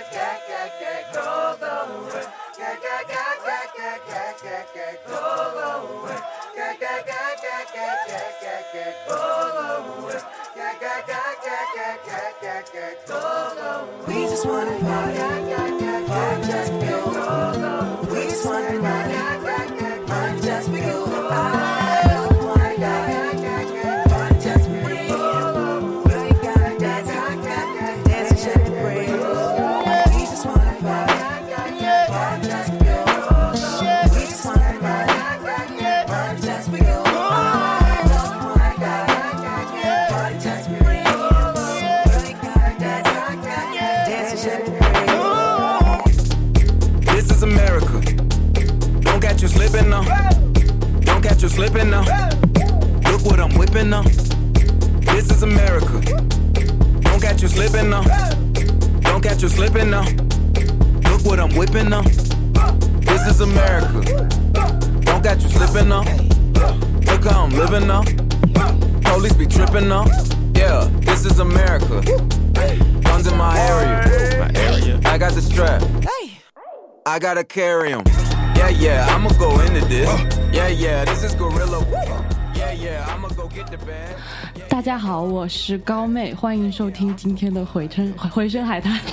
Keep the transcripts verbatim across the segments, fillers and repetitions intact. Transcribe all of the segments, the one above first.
We just wanna party, party just for you. We just wanna party, party just for you. I don't wanna die, party just for you. We gotta dance, dance and shake the bread. We just wanna party, party just for you. We just wanna party, party just for you. I don't wanna die, party just for you. We gotta dance, dance and shake the bread. This is America. Don't catch you slipping now. Don't catch you slipping now. Look what I'm whipping now. This is America. Don't catch you slipping now. Don't catch you slipping now. Look what I'm whipping now. This is America. Don't catch you slipping now. Look how I'm living now. Police be tripping now. Yeah, this is America. Guns in my area. My area. I got the strap. I gotta carry 'em. Yeah, yeah, I'ma go into this. Yeah, yeah, this is gorilla. Yeah, yeah, I'ma go get the bag. 大家好，我是高妹，欢迎收听今天的回声回声海滩。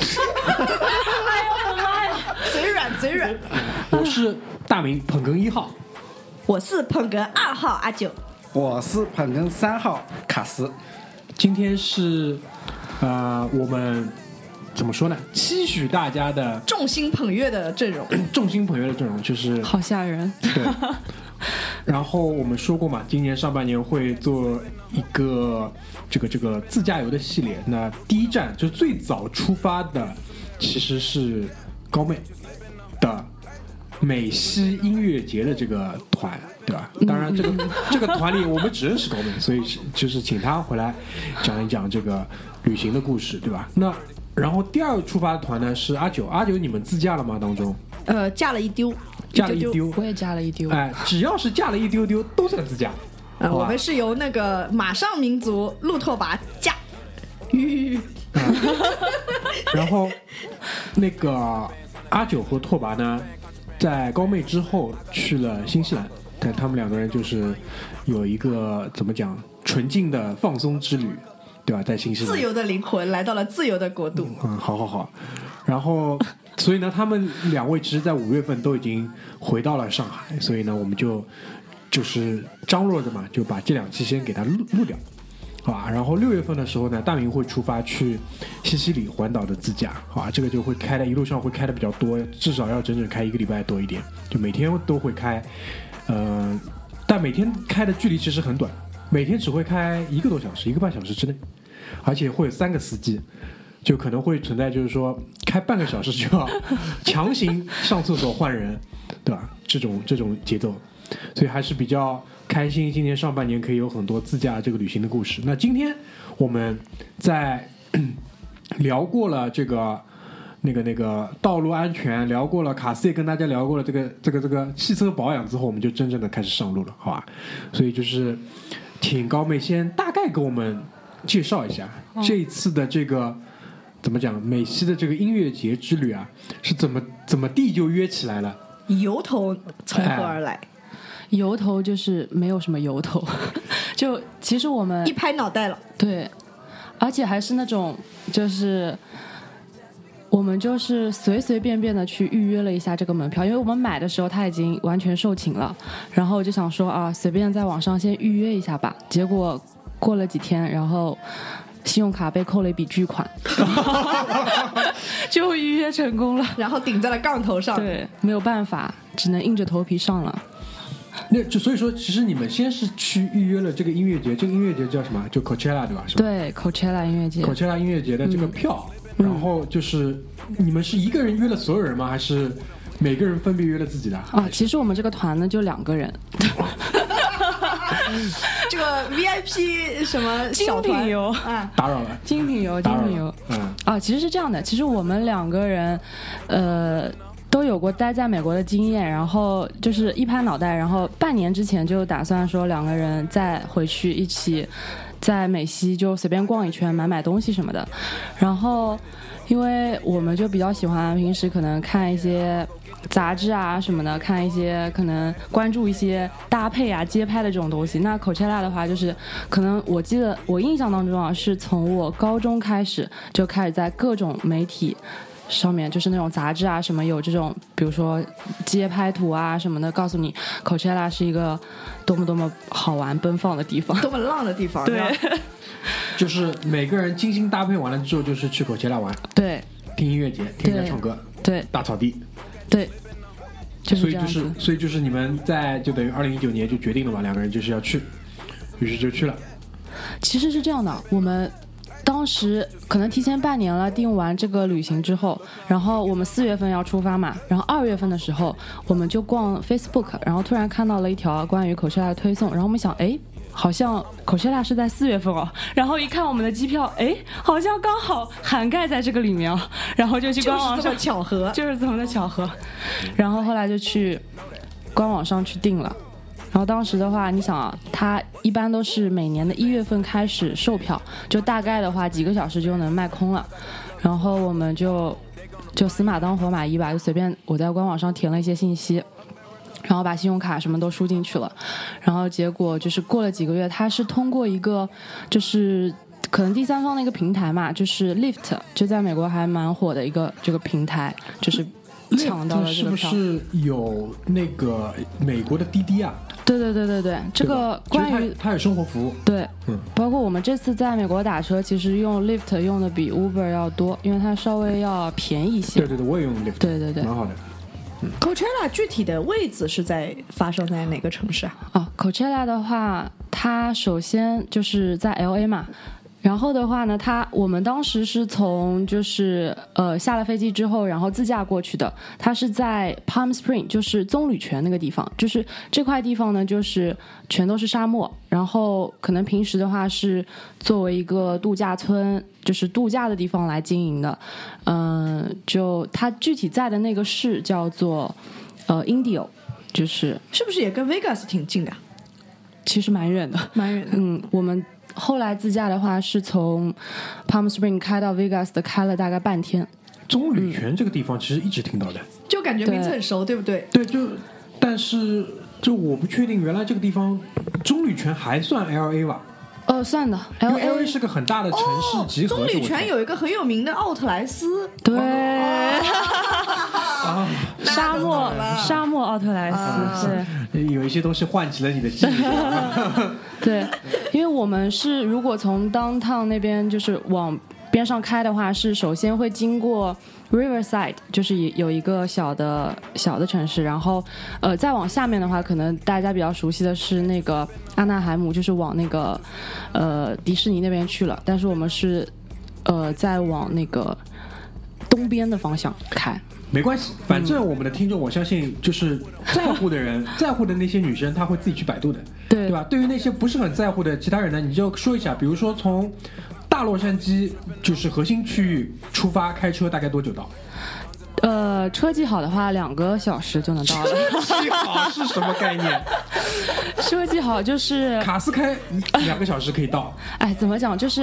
嘴软嘴软。 我是大名捧哏一号， 我是捧哏二号阿九， 我是捧哏三号卡斯。 今天是呃我们怎么说呢？期许大家的众星捧月的阵容， 众星捧月的阵容就是好吓人。 对。然后我们说过嘛，今年上半年会做一个这个这个自驾游的系列。那第一站就最早出发的其实是高妹的美西音乐节的这个团，对吧？当然，这个、嗯、这个团里我们只认识高妹，所以就是请他回来讲一讲这个旅行的故事，对吧？那然后第二个出发的团呢是阿九，阿九你们自驾了吗？当中？ 呃，驾了一丢， 驾了一丢， 我也驾了一丢。 哎，只要是驾了一丢丢，都算自驾。 呃，我们是由那个马上民族路拓跋驾，吁、 嗯。然后那个阿九和拓跋呢，在高妹之后去了新西兰，但他们两个人就是有一个怎么讲纯净的放松之旅，对吧？在新西兰， 自由的灵魂来到了自由的国度。 嗯，好好好。然后，所以呢，他们两位其实，在五月份都已经回到了上海，所以呢，我们就就是张罗着嘛，就把这两期先给它录录掉，好吧？然后六月份的时候呢，大明会出发去西西里环岛的自驾，好吧？这个就会开的一路上会开的比较多，至少要整整开一个礼拜多一点，就每天都会开，呃，但每天开的距离其实很短，每天只会开一个多小时，一个半小时之内，而且会有三个司机。就可能会存在，就是说开半个小时就要强行上厕所换人，对吧？这种这种节奏，所以还是比较开心。今年上半年可以有很多自驾这个旅行的故事。那今天我们在聊过了这个那个那个道路安全，聊过了卡斯也跟大家聊过了这个这个这个汽车保养之后，我们就真正的开始上路了，好吧？所以就是请高妹先大概给我们介绍一下这一次的这个。怎么讲？美西的这个音乐节之旅啊，是怎么怎么地就约起来了？ 由头从何而来？ 哎、由头就是没有什么由头，就其实我们一拍脑袋了。 对，而且还是那种就是我们就是随随便便的去预约了一下这个门票，因为我们买的时候它已经完全售罄了，然后我就想说啊，随便在网上先预约一下吧。结果过了几天，然后。信用卡被扣了一笔巨款就预约成功了， 然后顶在了杠头上。 对，没有办法，只能硬着头皮上了。 那就所以说，其实你们先是去预约了这个音乐节，这个音乐节叫什么？就 Coachella 对吧？是吧？ 对 ，Coachella 音乐节 ，Coachella 音乐节的这个票，嗯、然后就是你们是一个人约了所有人吗？还是每个人分别约了自己的？ 啊，其实我们这个团呢就两个人。 这个 V I P 什么小精品游啊，打扰了， 精品游，精品游，嗯啊，其实是这样的，其实我们两个人，呃，都有过待在美国的经验，然后就是一拍脑袋，然后半年之前就打算说两个人再回去一起在美西就随便逛一圈，买买东西什么的，然后因为我们就比较喜欢平时可能看一些杂志啊什么的，看一些可能关注一些搭配啊街拍的这种东西。那 Coachella 的话，就是可能我记得我印象当中啊，是从我高中开始就开始在各种媒体上面，就是那种杂志啊什么有这种，比如说街拍图啊什么的，告诉你 Coachella 是一个多么多么好玩奔放的地方， 多么浪的地方。 对， 就是每个人精心搭配完了之后，就是去口切拉玩， 对， 听音乐节，听人家唱歌， 对， 大草地， 对，就是所以就这样子。 是，所以就是你们在就等于二零一九年就决定了嘛，两个人就是要去，于是就去了。 其实是这样的，我们当时可能提前半年了定完这个旅行之后，然后我们四月份要出发嘛，然后二月份的时候我们就逛 Facebook， 然后突然看到了一条关于 Coachella 的推送，然后我们想，哎，好像 Coachella 是在四月份哦，然后一看我们的机票，哎，好像刚好涵盖在这个里面哦，然后就去官网上， 就是这么巧合， 就是这么的巧合，然后后来就去官网上去订了。然后当时的话，你想啊，它一般都是每年的一月份开始售票，就大概的话几个小时就能卖空了。然后我们就就死马当活马医吧，就随便我在官网上填了一些信息，然后把信用卡什么都输进去了。然后结果就是过了几个月，它是通过一个就是可能第三方的一个平台嘛，就是 Lyft， 就在美国还蛮火的一个这个平台，就是抢到了这是不个票。 是有那个美国的滴滴啊？ 对对对对对，这个关于它它有生活服务， 对， 嗯， 包括我们这次在美国打车，其实用 Lyft 用的比 Uber 要多，因为它稍微要便宜一些。 对对对，我也用 Lyft， 对对对蛮好的。 Coachella 具体的位置是在发生在哪个城市啊？ 哦 ，Coachella 的话，它首先就是在 L A 嘛。然后的话呢，它我们当时是从就是呃下了飞机之后，然后自驾过去的。它是在 Palm Spring， 就是棕榈泉那个地方，就是这块地方呢，就是全都是沙漠。然后可能平时的话是作为一个度假村，就是度假的地方来经营的。嗯、呃，就它具体在的那个市叫做呃 Indio， 就是是不是也跟 Vegas 挺近的？ 其实蛮远的， 蛮远的。 嗯，我们后来自驾的话是从 Palm Spring 开到 Vegas 的，开了大概半天。 棕榈泉这个地方其实一直听到的， 就感觉名字很熟，对不对？ 对，就但是就我不确定，原来这个地方棕榈泉还算 L A 吧？ 呃，算的因 ，L 为 L A A 是个很大的城市哦集合。 棕榈泉有一个很有名的奥特莱斯， 对， 啊， 沙漠沙漠奥特莱斯，对。 有一些东西唤起了你的记忆。 对，因为我们是如果从 downtown 那边就是往边上开的话，是首先会经过 Riverside， 就是有一个小的小的城市，然后呃再往下面的话，可能大家比较熟悉的是那个阿纳海姆，就是往那个呃迪士尼那边去了，但是我们是呃再往那个东边的方向开。 没关系，反正我们的听众，我相信就是在乎的人，在乎的那些女生，她会自己去百度的， 对对吧？对于那些不是很在乎的其他人呢，你就说一下，比如说从大洛杉矶就是核心区域出发，开车大概多久到？ 呃，车技好的话，两个小时就能到了。 车技好是什么概念？ 车技好就是卡斯开两个小时可以到。 哎，怎么讲？就是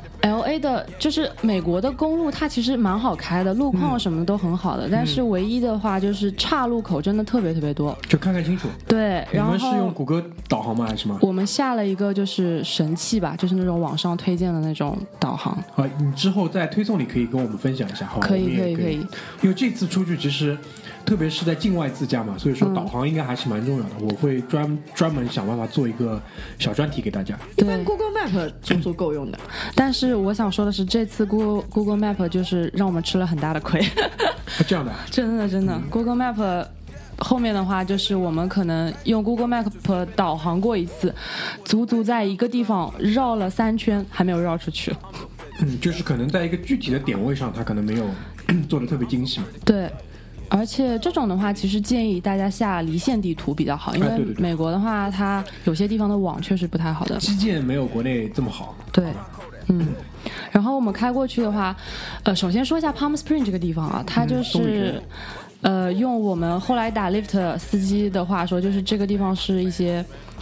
L A 的，就是美国的公路，它其实蛮好开的，路况什么的都很好的。嗯、但是唯一的话，就是岔路口真的特别特别多。 就看看清楚。 对，然后你们是用谷歌导航吗？还是什么？ 我们下了一个就是神器吧，就是那种网上推荐的那种导航。 好，你之后在推送里可以跟我们分享一下，好吧？ 可以，可以， 可以。 因为这次出去其实，特别是在境外自驾嘛，所以说导航应该还是蛮重要的。嗯、我会专专门想办法做一个小专题给大家。 一般 Google Map 足足够用的。 但是我想说的是，这次 Google Google Map 就是让我们吃了很大的亏。 这样的、啊？ 真的真的、嗯、，Google Map 后面的话就是我们可能用 Google Map 导航过一次，足足在一个地方绕了三圈，还没有绕出去。 嗯，就是可能在一个具体的点位上，它可能没有做的特别精细嘛。 对。而且这种的话，其实建议大家下离线地图比较好，因为美国的话，它有些地方的网确实不太好的， 基建没有国内这么好。 对，嗯。然后我们开过去的话，呃，首先说一下 Palm Spring 这个地方啊，它就是，嗯、呃，用我们后来打 Lyft 司机的话说，就是这个地方是一些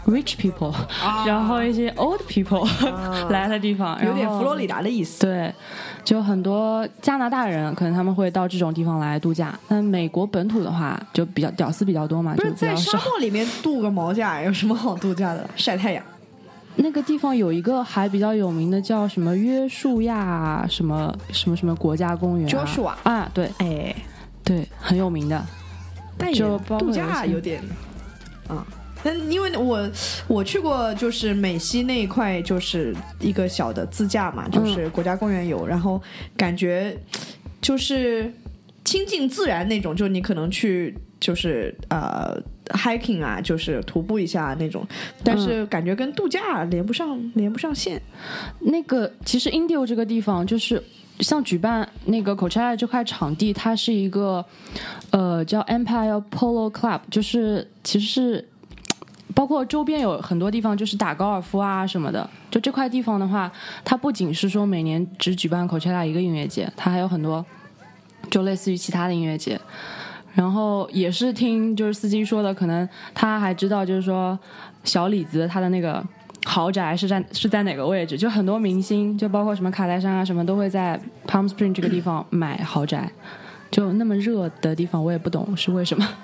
rich people，、 啊、 然后一些 old people、啊、来的地方， 有点佛罗里达的意思。 对，就很多加拿大人可能他们会到这种地方来度假，但美国本土的话就比较屌丝比较多嘛， 不是就比较在沙漠里面度个毛假有什么好度假的？晒太阳。 那个地方有一个还比较有名的叫什么约书亚什么什么什么国家公园、啊、 Joshua 啊，对， 哎， 对，很有名的。 但也度假有点啊，但因为我我去过，就是美西那一块，就是一个小的自驾嘛，就是国家公园有，嗯、然后感觉就是亲近自然那种，就你可能去就是呃 hiking 啊，就是徒步一下那种，但是感觉跟度假连不上，嗯、连不上线。 那个其实 Indio 这个地方就是像举办那个 Coachella 这块场地，它是一个呃叫 Empire Polo Club， 就是其实是包括周边有很多地方就是打高尔夫啊什么的。就这块地方的话，它不仅是说每年只举办 Coachella 一个音乐节，它还有很多就类似于其他的音乐节。然后也是听就是司机说的，可能他还知道就是说小李子他的那个豪宅是在是在哪个位置，就很多明星就包括什么卡戴珊啊什么都会在 Palm Springs 这个地方买豪宅，就那么热的地方我也不懂是为什么。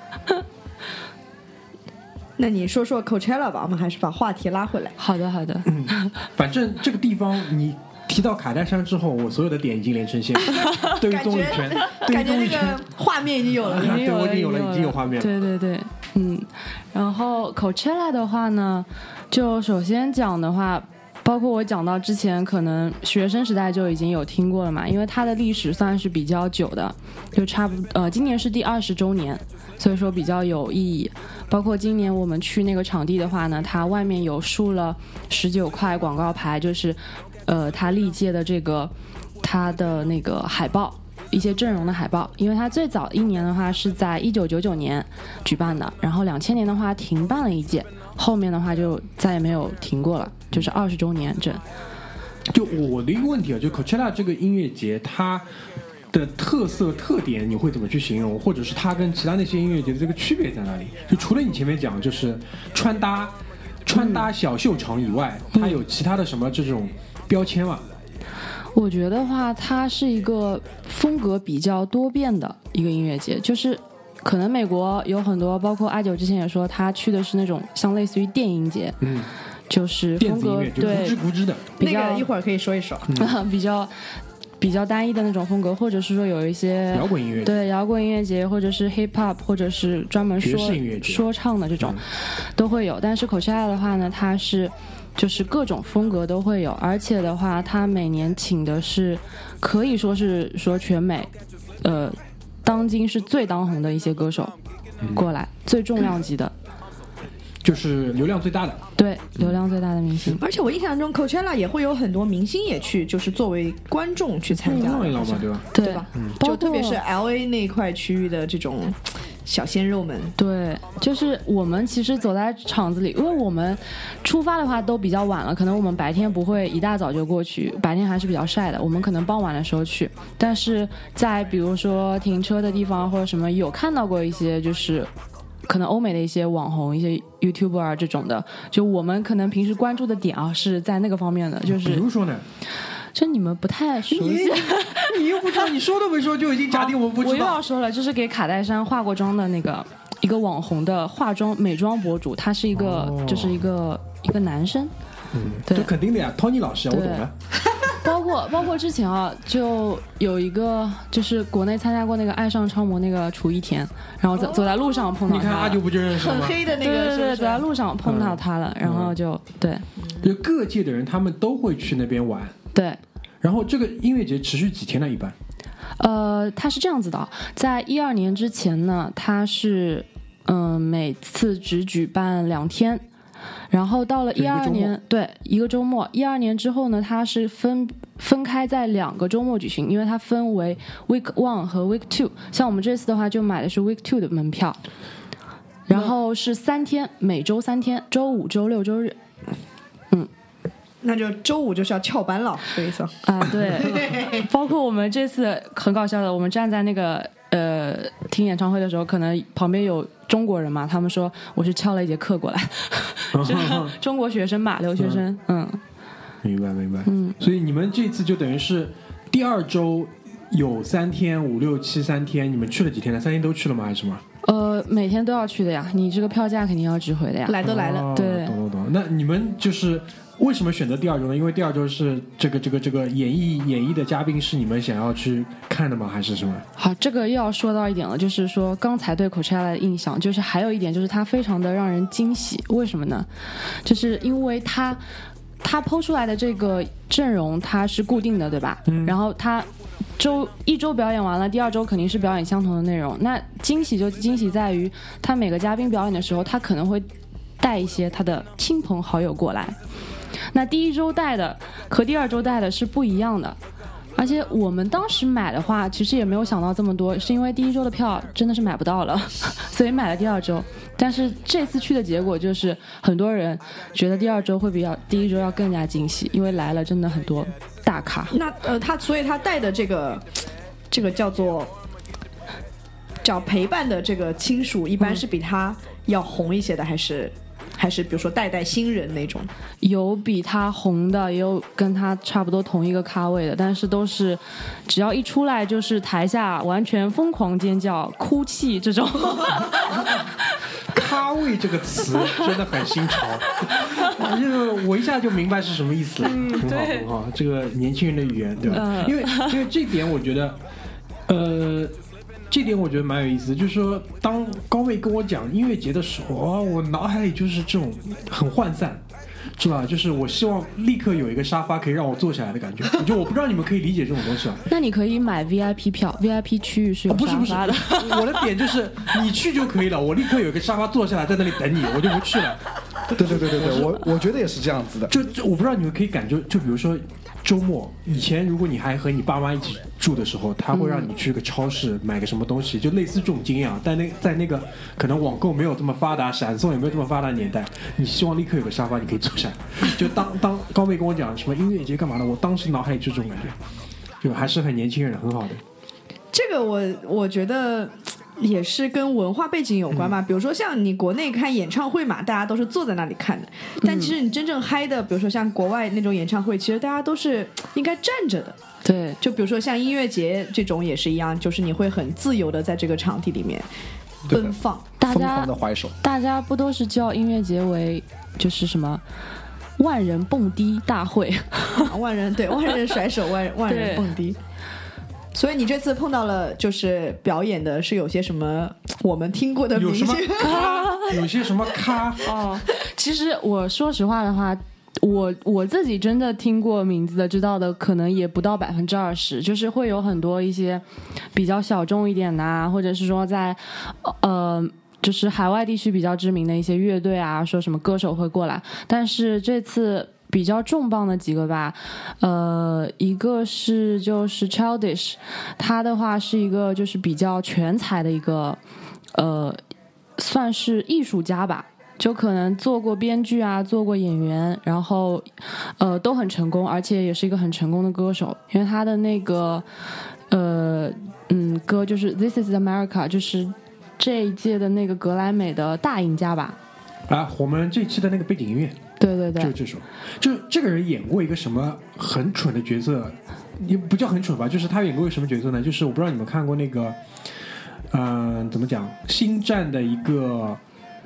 那你说说 Coachella 吧，我们还是把话题拉回来。 好的好的、 嗯、反正这个地方你提到卡戴珊之后，我所有的点已经连成线了。对于综艺圈，对于综艺圈， 感觉那个画面已经有了， 已经有了， 对，我已经有了，已经有画面了。 对对对，嗯。然后 Coachella 的话呢，就首先讲的话，包括我讲到之前可能学生时代就已经有听过了嘛，因为它的历史算是比较久的，就差不呃，今年是第二十周年，所以说比较有意义。包括今年我们去那个场地的话呢，它外面有竖了十九块广告牌，就是呃，它历届的这个它的那个海报，一些阵容的海报，因为它最早一年的话是在一九九九年举办的，然后两千年的话停办了一届，后面的话就再也没有停过了，就是二十周年整。 就我的一个问题啊，就 Coachella 这个音乐节，它的特色特点你会怎么去形容，或者是它跟其他那些音乐节的这个区别在哪里？就除了你前面讲就是穿搭穿搭小秀场以外，嗯、它有其他的什么这种标签吗？ 我觉得话，它是一个风格比较多变的一个音乐节，就是可能美国有很多，包括阿九之前也说，他去的是那种像类似于电音节， 嗯， 就是风格对咕吱咕吱的， 那个一会儿可以说一说， 嗯、比较比较单一的那种风格，或者是说有一些摇滚音乐， 对摇滚音乐节，或者是 hip hop， 或者是专门说说唱的这种、嗯、都会有。但是 Coachella 的话呢，它是就是各种风格都会有，而且的话，它每年请的是可以说是说全美，呃，当今是最当红的一些歌手过来，嗯、最重量级的。 就是流量最大的， 对，流量最大的明星。 而且我印象中 Coachella 也会有很多明星也去，就是作为观众去参加的， 嘛，对吧？ 对吧？嗯、就特别是 L A 那一块区域的这种小鲜肉们。 对，就是我们其实走在场子里，因为我们出发的话都比较晚了，可能我们白天不会一大早就过去，白天还是比较晒的，我们可能傍晚的时候去。但是在比如说停车的地方或者什么，有看到过一些就是可能欧美的一些网红、一些 YouTuber 啊这种的，就我们可能平时关注的点啊是在那个方面的，就是比如说呢， 就你们不太熟悉， 你又不知道，你说都没说就已经假定我们不知道。 我又要说了，就是给卡戴珊化过妆的那个一个网红的化妆美妆博主，他是一个、哦、就是一个一个男生， 嗯，对，这肯定的呀 ，Tony 老师啊，我懂了。 包括包括之前啊，就有一个就是国内参加过那个《爱上超模》那个楚一田，然后走、哦、走在路上碰到他， 你看阿九不就认识吗？ 很黑的那个， 对对对， 是是走在路上碰到他了，嗯、然后就对， 就各界的人他们都会去那边玩， 对。 然后这个音乐节持续几天呢？一般？ 呃，它是这样子的，在一二年之前呢，它是嗯、呃、每次只举办两天。然后到了一二年，对，一个周末。一二年之后呢，它是分分开在两个周末举行，因为它分为 Week One 和 Week Two。像我们这次的话，就买的是 Week Two 的门票，然后是三天，每周三天，周五、周六、周日。嗯， 那就周五就是要翘班了，这意思啊？对，包括我们这次很搞笑的，我们站在那个呃听演唱会的时候，可能旁边有中国人嘛，他们说我是翘了一节课过来，是中国学生嘛，留学生，嗯， 明白明白， 嗯， 所以你们这次就等于是第二周有三天，五六七三天，你们去了几天呢？三天都去了吗？还是什么？ 呃，每天都要去的呀，你这个票价肯定要值回的呀。 来都来了， 哦、 对， 懂懂懂。那你们就是为什么选择第二周呢？因为第二周是这个这个这个演绎演绎的嘉宾是你们想要去看的吗？还是什么？ 好，这个又要说到一点了，就是说刚才对 Coachella 的印象，就是还有一点就是它非常的让人惊喜。为什么呢？就是因为它它抛出来的这个阵容它是固定的，对吧？嗯。然后它周一周表演完了，第二周肯定是表演相同的内容。那惊喜就惊喜在于，他每个嘉宾表演的时候，他可能会带一些他的亲朋好友过来。那第一周带的和第二周带的是不一样的。而且我们当时买的话，其实也没有想到这么多，是因为第一周的票真的是买不到了，所以买了第二周。但是这次去的结果就是，很多人觉得第二周会比较第一周要更加惊喜，因为来了真的很多大咖。 那呃，他所以他带的这个这个叫做叫陪伴的这个亲属，一般是比他要红一些的，还是？还是比如说带带新人那种， 有比他红的，也有跟他差不多同一个咖位的，但是都是只要一出来就是台下完全疯狂尖叫、哭泣这种。 咖位这个词真的很新潮，这个我一下就明白是什么意思了，嗯、很好很好，这个年轻人的语言，对吧？嗯、因为因为这点我觉得，呃。这点我觉得蛮有意思的，就是说，当高妹跟我讲音乐节的时候，哦，我脑海里就是这种很涣散，是吧？就是我希望立刻有一个沙发可以让我坐下来的感觉。就我不知道你们可以理解这种东西啊。 那你可以买 V I P 票 ，V I P 区域是有沙发的。 哦、不是不是，我的点就是你去就可以了，我立刻有一个沙发坐下来在那里等你，我就不去了。 对对对对对，我我觉得也是这样子的。 就就我不知道你们可以感觉，就比如说周末以前，如果你还和你爸妈一起住的时候，他会让你去个超市买个什么东西，就类似这种经验啊。但那在那个可能网购没有这么发达，闪送也没有这么发达的年代，你希望立刻有个沙发你可以坐下来。就当当高妹跟我讲什么音乐节干嘛的，我当时脑海里就这种感觉，就还是很年轻人，很好的。 这个我我觉得。也是跟文化背景有关嘛， 嗯、 比如说像你国内看演唱会嘛，大家都是坐在那里看的，但其实你真正嗨的，比如说像国外那种演唱会，其实大家都是应该站着的。 对， 就比如说像音乐节这种也是一样，就是你会很自由的在这个场地里面奔放， 大家疯狂的怀手。 大家不都是叫音乐节为就是什么万人蹦迪大会？ 啊、万人对万人甩手，万万人蹦迪。所以你这次碰到了，就是表演的是有些什么我们听过的明星？ 有什么咖？有些什么咖？ 哦，其实我说实话的话，我我自己真的听过名字的、知道的，可能也不到百分之二十，就是会有很多一些比较小众一点的、啊，或者是说在呃。就是海外地区比较知名的一些乐队啊，说什么歌手会过来，但是这次比较重磅的几个吧，呃，一个是就是 Childish， 他的话是一个就是比较全才的一个，呃，算是艺术家吧，就可能做过编剧啊，做过演员，然后呃都很成功，而且也是一个很成功的歌手，因为他的那个呃嗯歌就是 This Is America， 就是这一届的那个格莱美的大赢家吧。 啊，我们这一期的那个背景音乐， 对对对， 就是这首。就这个人演过一个什么很蠢的角色，也不叫很蠢吧，就是他演过一个什么角色呢？就是我不知道你们看过那个，嗯、呃，怎么讲，星战的一个，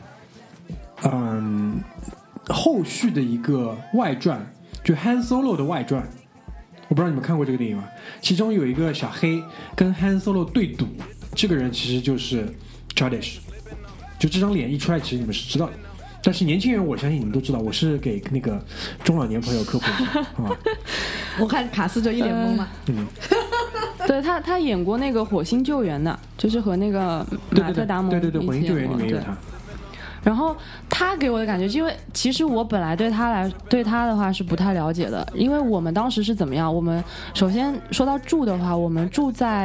嗯、呃，后续的一个外传，就 Han Solo 的外传。我不知道你们看过这个电影吗？其中有一个小黑跟 Han Solo 对赌，这个人其实就是 Childish。就这张脸一出来，其实你们是知道的。但是年轻人，我相信你们都知道，我是给那个中老年朋友科普一下，好吧？ 我看卡斯就一脸懵嘛。 嗯， 对他，他演过那个《火星救援》的，就是和那个马特达蒙对对对，《火星救援》里面有他。 然后他给我的感觉，因为其实我本来对他来对他的话是不太了解的，因为我们当时是怎么样？我们首先说到住的话，我们住在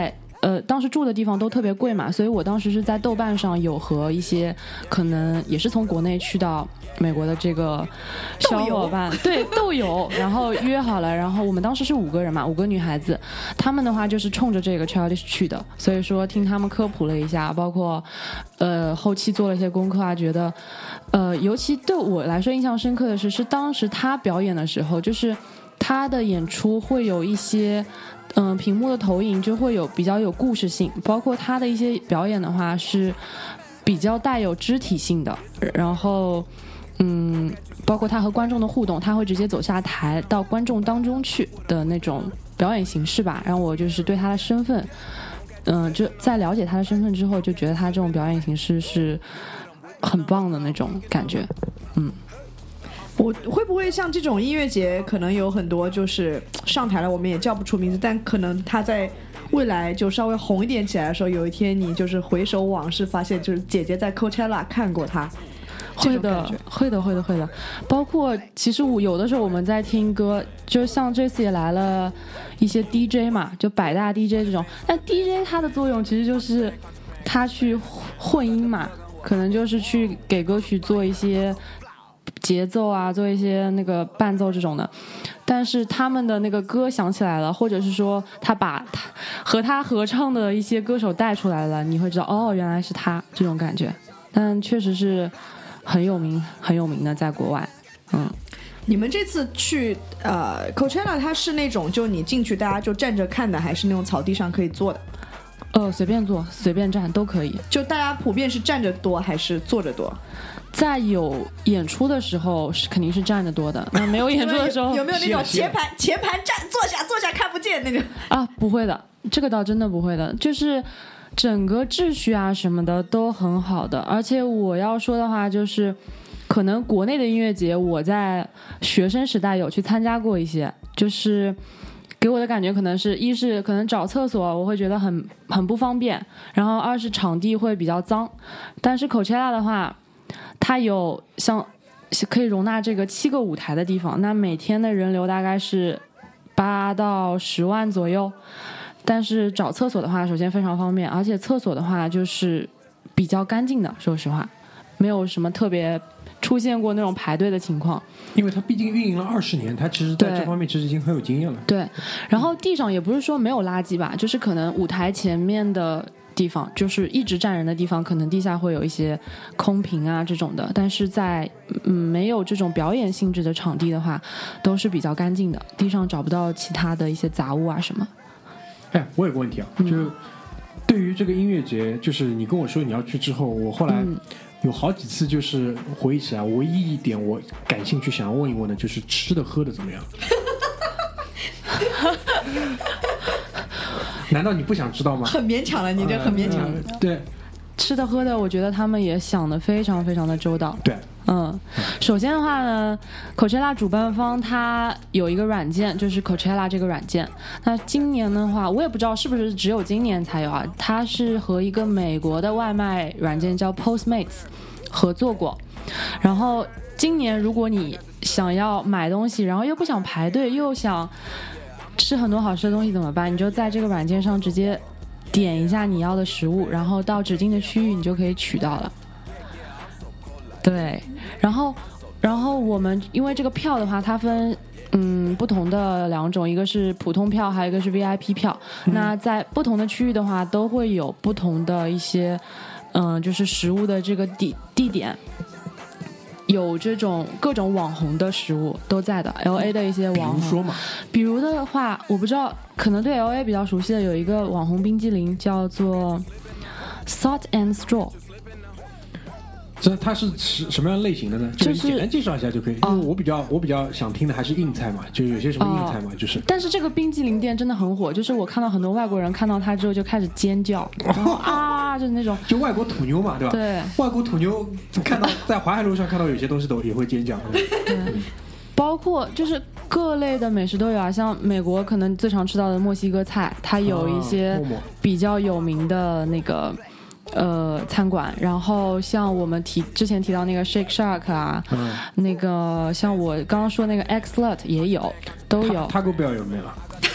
呃，当时住的地方都特别贵嘛，所以我当时是在豆瓣上有和一些可能也是从国内去到美国的这个小伙伴，对豆友，然后约好了，然后我们当时是五个人嘛，五个女孩子，她们的话就是冲着这个 Childish 去的，所以说听他们科普了一下，包括呃后期做了一些功课啊，觉得呃尤其对我来说印象深刻的是，是当时他表演的时候，就是他的演出会有一些。嗯，屏幕的投影就会有比较有故事性，包括他的一些表演的话是比较带有肢体性的，然后嗯，包括他和观众的互动，他会直接走下台到观众当中去的那种表演形式吧，让我就是对他的身份，嗯，就在了解他的身份之后，就觉得他这种表演形式是很棒的那种感觉，嗯。 我会不会像这种音乐节，可能有很多就是上台了，我们也叫不出名字，但可能他在未来就稍微红一点起来的时候，有一天你就是回首往事，发现就是姐姐在 Coachella 看过他。 会的，会的，会的，会的。包括其实我有的时候我们在听歌，就像这次也来了一些 D J 嘛，就百大 D J 这种。但 D J 它的作用其实就是他去混音嘛，可能就是去给歌曲做一些。节奏啊，做一些那个伴奏这种的，但是他们的那个歌响起来了，或者是说他把他和他合唱的一些歌手带出来了，你会知道哦，原来是他这种感觉。但确实是很有名很有名的，在国外。嗯， 你们这次去呃 Coachella 它是那种就你进去大家就站着看的，还是那种草地上可以坐的？ 呃，随便坐随便站都可以。 就大家普遍是站着多还是坐着多？ 在有演出的时候是肯定是站着多的，那没有演出的时候有, 有没有那种前排前排站坐下坐下看不见那种啊？不会的，这个倒真的不会的，就是整个秩序啊什么的都很好的。而且我要说的话就是，可能国内的音乐节我在学生时代有去参加过一些，就是给我的感觉可能是一是可能找厕所我会觉得很很不方便，然后二是场地会比较脏。但是 Coachella 的话它有像可以容纳这个七个舞台的地方，那每天的人流大概是八到十万左右。但是找厕所的话首先非常方便，而且厕所的话就是比较干净的，说实话没有什么特别出现过那种排队的情况。 因为它毕竟运营了二十年，它其实在这方面其实已经很有经验了。 对，然后地上也不是说没有垃圾吧，就是可能舞台前面的地方就是一直站人的地方，可能地下会有一些空瓶啊这种的，但是在嗯没有这种表演性质的场地的话都是比较干净的，地上找不到其他的一些杂物啊什么。 哎，我有个问题啊， 嗯、 就是对于这个音乐节，就是你跟我说你要去之后，我后来有好几次就是回忆起来，唯一一点我感兴趣想要问一问的就是吃的喝的怎么样。难道你不想知道吗？ 很勉强了，你这很勉强、呃呃、对， 吃的喝的我觉得他们也想得非常非常的周到。 对， 嗯，首先的话呢 Coachella 主办方它有一个软件，就是 Coachella 这个软件。那今年的话我也不知道是不是只有今年才有啊，它是和一个美国的外卖软件叫 Postmates 合作过。然后今年如果你想要买东西，然后又不想排队又想吃很多好吃的东西怎么办？你就在这个软件上直接点一下你要的食物，然后到指定的区域你就可以取到了。对，然后然后我们因为这个票的话它分嗯不同的两种，一个是普通票还有一个是 V I P 票、嗯、那在不同的区域的话都会有不同的一些嗯、呃、就是食物的这个地地点，有这种各种网红的食物都在的 L A 的一些网红。 比如说嘛， 比如的话我不知道，可能对 L A 比较熟悉的有一个网红冰激凌叫做 Salt and Straw。 这它是什么样类型的呢？就你简单介绍一下就可以。 哦、 因为我比较我比较想听的还是硬菜嘛，就有些什么硬菜嘛，哦、就是。 但是这个冰激凌店真的很火，就是我看到很多外国人看到它之后就开始尖叫，然后啊，就是那种就外国土妞嘛，对吧？ 对， 外国土妞看到在淮海路上看到有些东西都也会尖叫。 对，嗯、包括就是各类的美食都有啊，像美国可能最常吃到的墨西哥菜，它有一些比较有名的那个。呃，餐馆，然后像我们提之前提到那个 Shake Shack 啊，嗯、那个像我刚刚说那个 X-Lut 也有，都有。 Taco Bell 有没有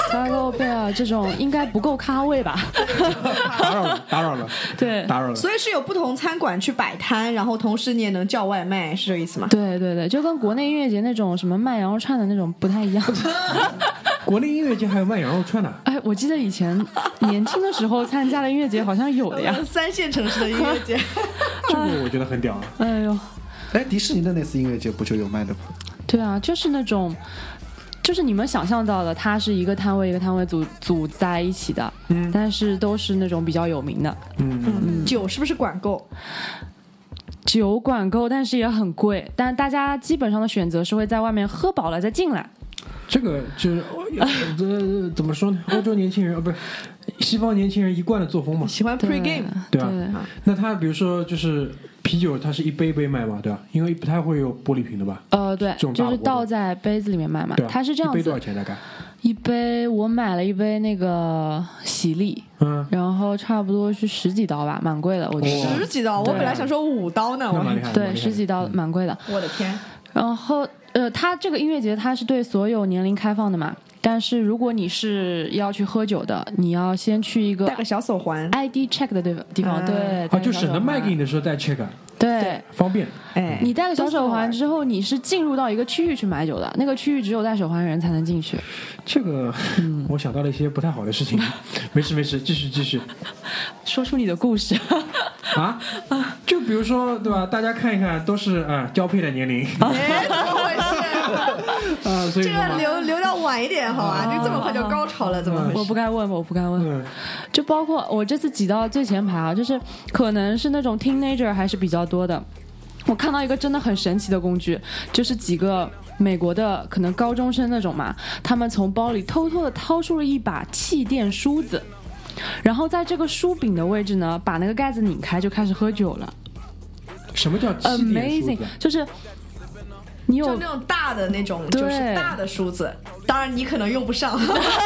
Taco Bell 这种应该不够咖位吧？ 打扰了，打扰了， 对， 打扰了。 所以是有不同餐馆去摆摊，然后同时你也能叫外卖，是这个意思吗？ 对对对，就跟国内音乐节那种什么卖羊肉串的那种不太一样。 国内音乐节还有卖羊肉串的？ 哎，我记得以前年轻的时候参加的音乐节好像有的呀。 三线城市的音乐节， 这个我觉得很屌啊。 哎呦， 哎，迪士尼的那次音乐节不就有卖的吗？ 对啊，就是那种。就是你们想象到的，它是一个摊位一个摊位组组在一起的，嗯，但是都是那种比较有名的， 嗯嗯，酒是不是管够？ 酒管够，但是也很贵，但大家基本上的选择是会在外面喝饱了再进来。 这个就是呃怎么说呢？欧洲年轻人哦，不是西方年轻人一贯的作风嘛， 喜欢 pre game， 对吧？ 对那他比如说就是啤酒，它是一杯一杯卖嘛，对吧？因为不太会有玻璃瓶的吧？ 呃，对， 这种大就是倒在杯子里面卖嘛。 对啊， 它是这样子， 一杯多少钱大概？ 一杯我买了一杯那个喜力， 嗯， 然后差不多是十几刀吧，蛮贵的，我觉得。 十几刀，我对本来想说五刀呢，我那蛮厉害的。蛮对， 厉害的十几刀，蛮贵的。 我的天， 然后呃，它这个音乐节它是对所有年龄开放的嘛，但是如果你是要去喝酒的，你要先去一个戴个小手环， I D check 的地方地方， 啊对， 啊，就省得卖给你的时候再 check， 对。 方便。 哎， 你戴个小手环之后，你是进入到一个区域去买酒的，那个区域只有戴手环的人才能进去。 这个，我想到了一些不太好的事情。没事没事，继续继续。 说出你的故事。 啊，就比如说对吧？大家看一看，都是啊、呃、交配的年龄哎，怎么回事？ 啊，所以这说嘛个留留到晚一点好吧？这这么快就高潮了，怎么回我事？ 不该问，我不该问。 嗯就包括我这次挤到最前排啊，就是可能是那种 teenager 还是比较多的。我看到一个真的很神奇的工具，就是几个美国的可能高中生那种嘛，他们从包里偷偷的掏出了一把气垫梳子，然后在这个梳柄的位置呢，把那个盖子拧开就开始喝酒了。 什么叫气垫梳 Amazing， 子？ 就是你有就那种大的那种， 对就是大的梳子，当然你可能用不上。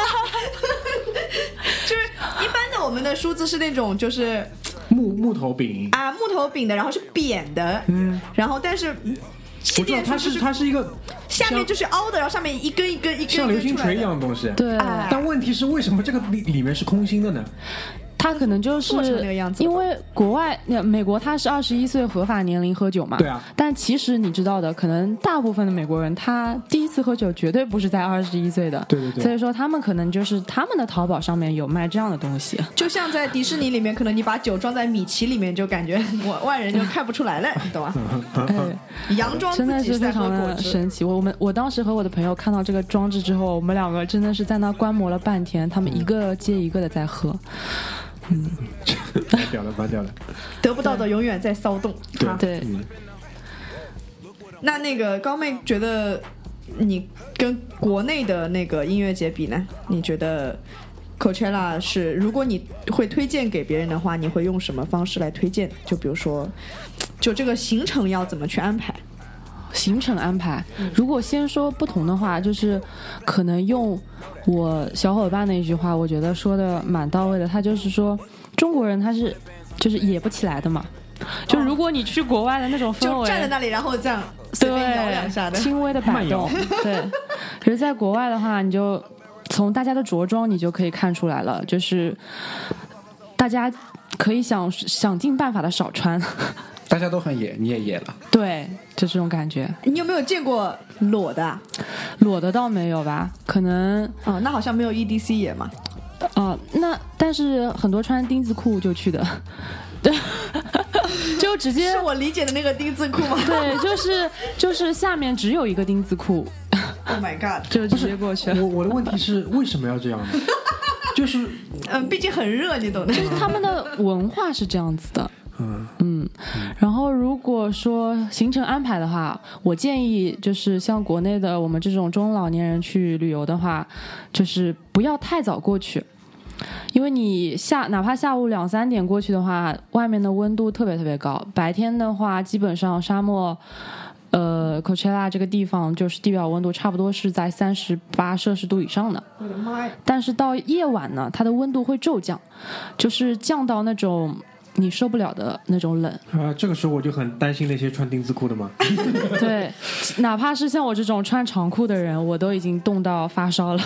就是一般的我们的梳子是那种就是木木头柄。 啊木头柄的，然后是扁的，嗯，然后但是气我知道它垫梳就是它是一个下面就是凹的，然后上面一根一根一根像流星锤一一根出来的。 样的东西。 对。 哎但问题是，为什么这个里里面是空心的呢？ 他可能就是做成那个样子因为国外那美国他是二十一岁合法年龄喝酒嘛， 对啊。 但其实你知道的，可能大部分的美国人他第一次喝酒绝对不是在二十一岁的， 对对对所以说他们可能就是他们的淘宝上面有卖这样的东西。 就像在迪士尼里面，可能你把酒装在米奇里面，就感觉我外人就看不出来了，你懂吗？ 哎， 佯装真的是自己在非常的喝果汁。 神奇。我我们我当时和我的朋友看到这个装置之后，我们两个真的是在那观摩了半天，他们一个接一个的在喝。 蛮屌了，蛮屌了。 得不到的永远在骚动。啊对， 嗯， 那那个高妹觉得，你跟国内的那个音乐节比呢？你觉得 Coachella 是，如果你会推荐给别人的话，你会用什么方式来推荐？就比如说，就这个行程要怎么去安排？ 行程安排，如果先说不同的话，就是可能用我小伙伴那一句话，我觉得说的蛮到位的。他就是说，中国人他是就是野不起来的嘛。就如果你去国外的那种氛就围， 站在那里，然后这样随便摇两下的。 轻微的摆动，对。可是在国外的话，你就从大家的着装，你就可以看出来了，就是大家可以想想尽办法的少穿。 大家都很野，你也野了。 对，就这种感觉。 你有没有见过裸的啊？ 裸的倒没有吧，可能哦，那好像没有 E D C 野嘛。 哦，那但是很多穿丁字裤就去的，对，就直接是我理解的那个丁字裤吗对，就是就是下面只有一个丁字裤， ？Oh my god！ 就直接过去了。 我我的问题是为什么要这样呢？就是嗯，毕竟很热，你懂的。 就是他们的文化是这样子的。 嗯嗯，然后如果说行程安排的话，我建议就是像国内的我们这种中老年人去旅游的话，就是不要太早过去，因为你下哪怕下午两三点过去的话，外面的温度特别特别高。白天的话，基本上沙漠，呃 Coachella 这个地方就是地表温度差不多是在三十八摄氏度以上的。 我的妈呀！ 但是到夜晚呢，它的温度会骤降，就是降到那种你受不了的那种冷。 啊，这个时候我就很担心那些穿丁字裤的嘛。 对，哪怕是像我这种穿长裤的人，我都已经冻到发烧了。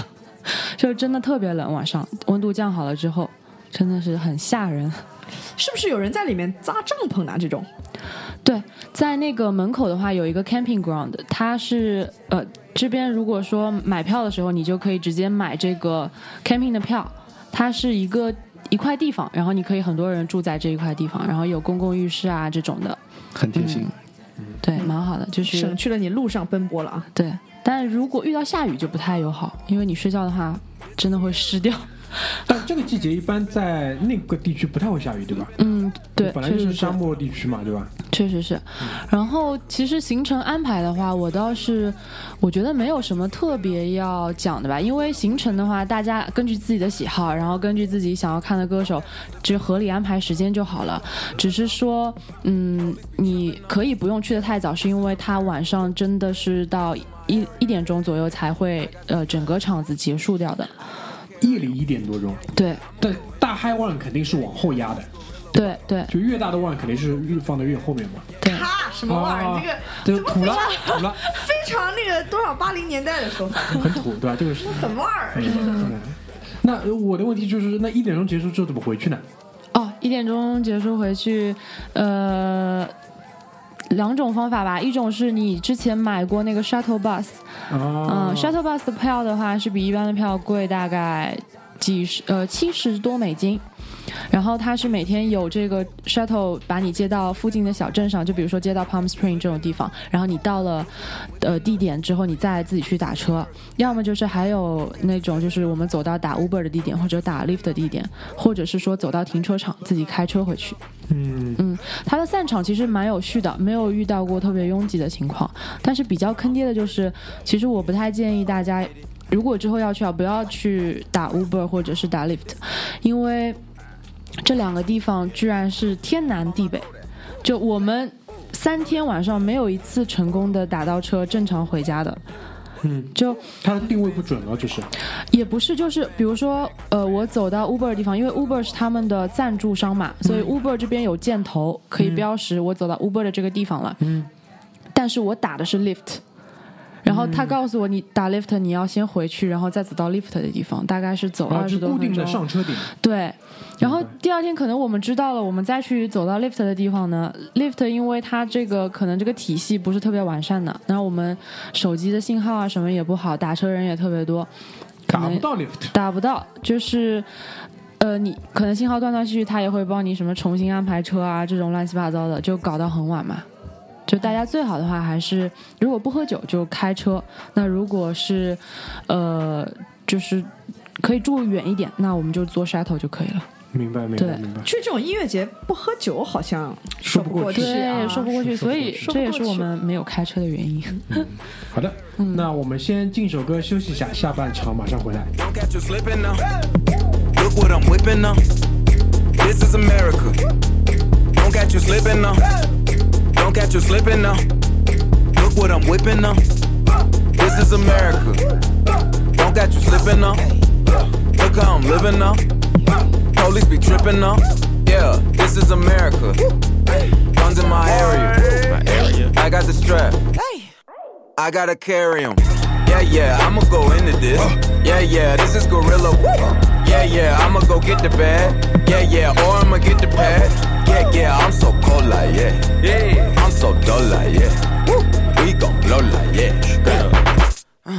就真的特别冷，晚上温度降好了之后，真的是很吓人。 是不是有人在里面扎帐篷啊？这种？ 对，在那个门口的话有一个 camping ground， 它是呃这边如果说买票的时候，你就可以直接买这个 camping 的票，它是一个一块地方，然后你可以很多人住在这一块地方，然后有公共浴室啊这种的， 很贴心。 嗯、对，蛮好的，就是省去了你路上奔波了啊。 对，但如果遇到下雨就不太友好，因为你睡觉的话真的会湿掉。 但这个季节一般在那个地区不太会下雨，对吧？ 嗯，对， 本来就是沙漠地区嘛，对吧？ 确实是。然后其实行程安排的话，我倒是我觉得没有什么特别要讲的吧，因为行程的话，大家根据自己的喜好，然后根据自己想要看的歌手，只合理安排时间就好了。只是说，嗯，你可以不用去的太早，是因为它晚上真的是到一一点钟左右才会呃整个场子结束掉的。 夜里一点多钟， 对， 但大嗨 one 肯定是往后压的， 对对， 就越大的 one 肯定是越放的越后面嘛。 对， 哈什么玩意儿？ 啊这个就土了，土了， 非常那个多少八零年代的说法， 很土，对吧？这个是很味儿。 嗯。那我的问题就是，那一点钟结束之后怎么回去呢？ 哦，一点钟结束回去，呃。两种方法吧，一种是你之前买过那个 shuttle bus， 哦、 嗯 ，shuttle bus 的票的话是比一般的票贵大概几十呃七十多美金，然后它是每天有这个 shuttle 把你接到附近的小镇上，就比如说接到 Palm Spring 这种地方，然后你到了呃地点之后，你再自己去打车，要么就是还有那种就是我们走到打 Uber 的地点，或者打 Lyft 的地点，或者是说走到停车场自己开车回去。 嗯嗯，它的散场其实蛮有序的，没有遇到过特别拥挤的情况。但是比较坑爹的就是，其实我不太建议大家，如果之后要去啊，不要去打 Uber 或者是打 Lyft， 因为这两个地方居然是天南地北。就我们三天晚上没有一次成功的打到车正常回家的。 嗯， 就它的定位不准了，就是也不是，就是比如说，呃，我走到 Uber 的地方，因为 Uber 是他们的赞助商嘛，所以 Uber 这边有箭头可以标识我走到 Uber 的这个地方了。 嗯， 但是我打的是 Lyft， 然后他告诉我，你打 Lyft 你要先回去，然后再走到 Lyft 的地方，大概是走二十多分钟。 固定的上车点。 对。然后第二天可能我们知道了，我们再去走到 Lyft 的地方呢 ，Lyft 因为它这个可能这个体系不是特别完善的，然后我们手机的信号啊什么也不好，打车人也特别多， 打不到 Lyft， 打不到，就是呃你可能信号断断续续，他也会帮你什么重新安排车啊这种乱七八糟的，就搞到很晚嘛。就大家最好的话还是如果不喝酒就开车，那如果是呃就是可以住远一点，那我们就坐 shuttle 就可以了。 明白明白明白。 去这种音乐节不喝酒好像说不过去， 对，说不过去，所以这也是我们没有开车的原因。 嗯、好的、嗯，那我们先进首歌休息一下，下半场马上回来。 Look what I'm whipping up. This is America. Don't catch you slipping now. Don't catch you slipping now. Look what I'm whipping up. This is America. Don't catch you slipping now. Look how I'm living now. Police be tripping now. Yeah, this is America. Guns in my area. My area. I got the strap. I gotta carry 'em. Yeah, yeah, I'ma go into this. Yeah, yeah, this is gorilla. Yeah, yeah, I'ma go get the bag. Yeah, yeah, or I'ma get the pad. Yeah, yeah, I'm so cold like yeah. Yeah, I'm so dull like yeah. We gon' blow like yeah. Uh.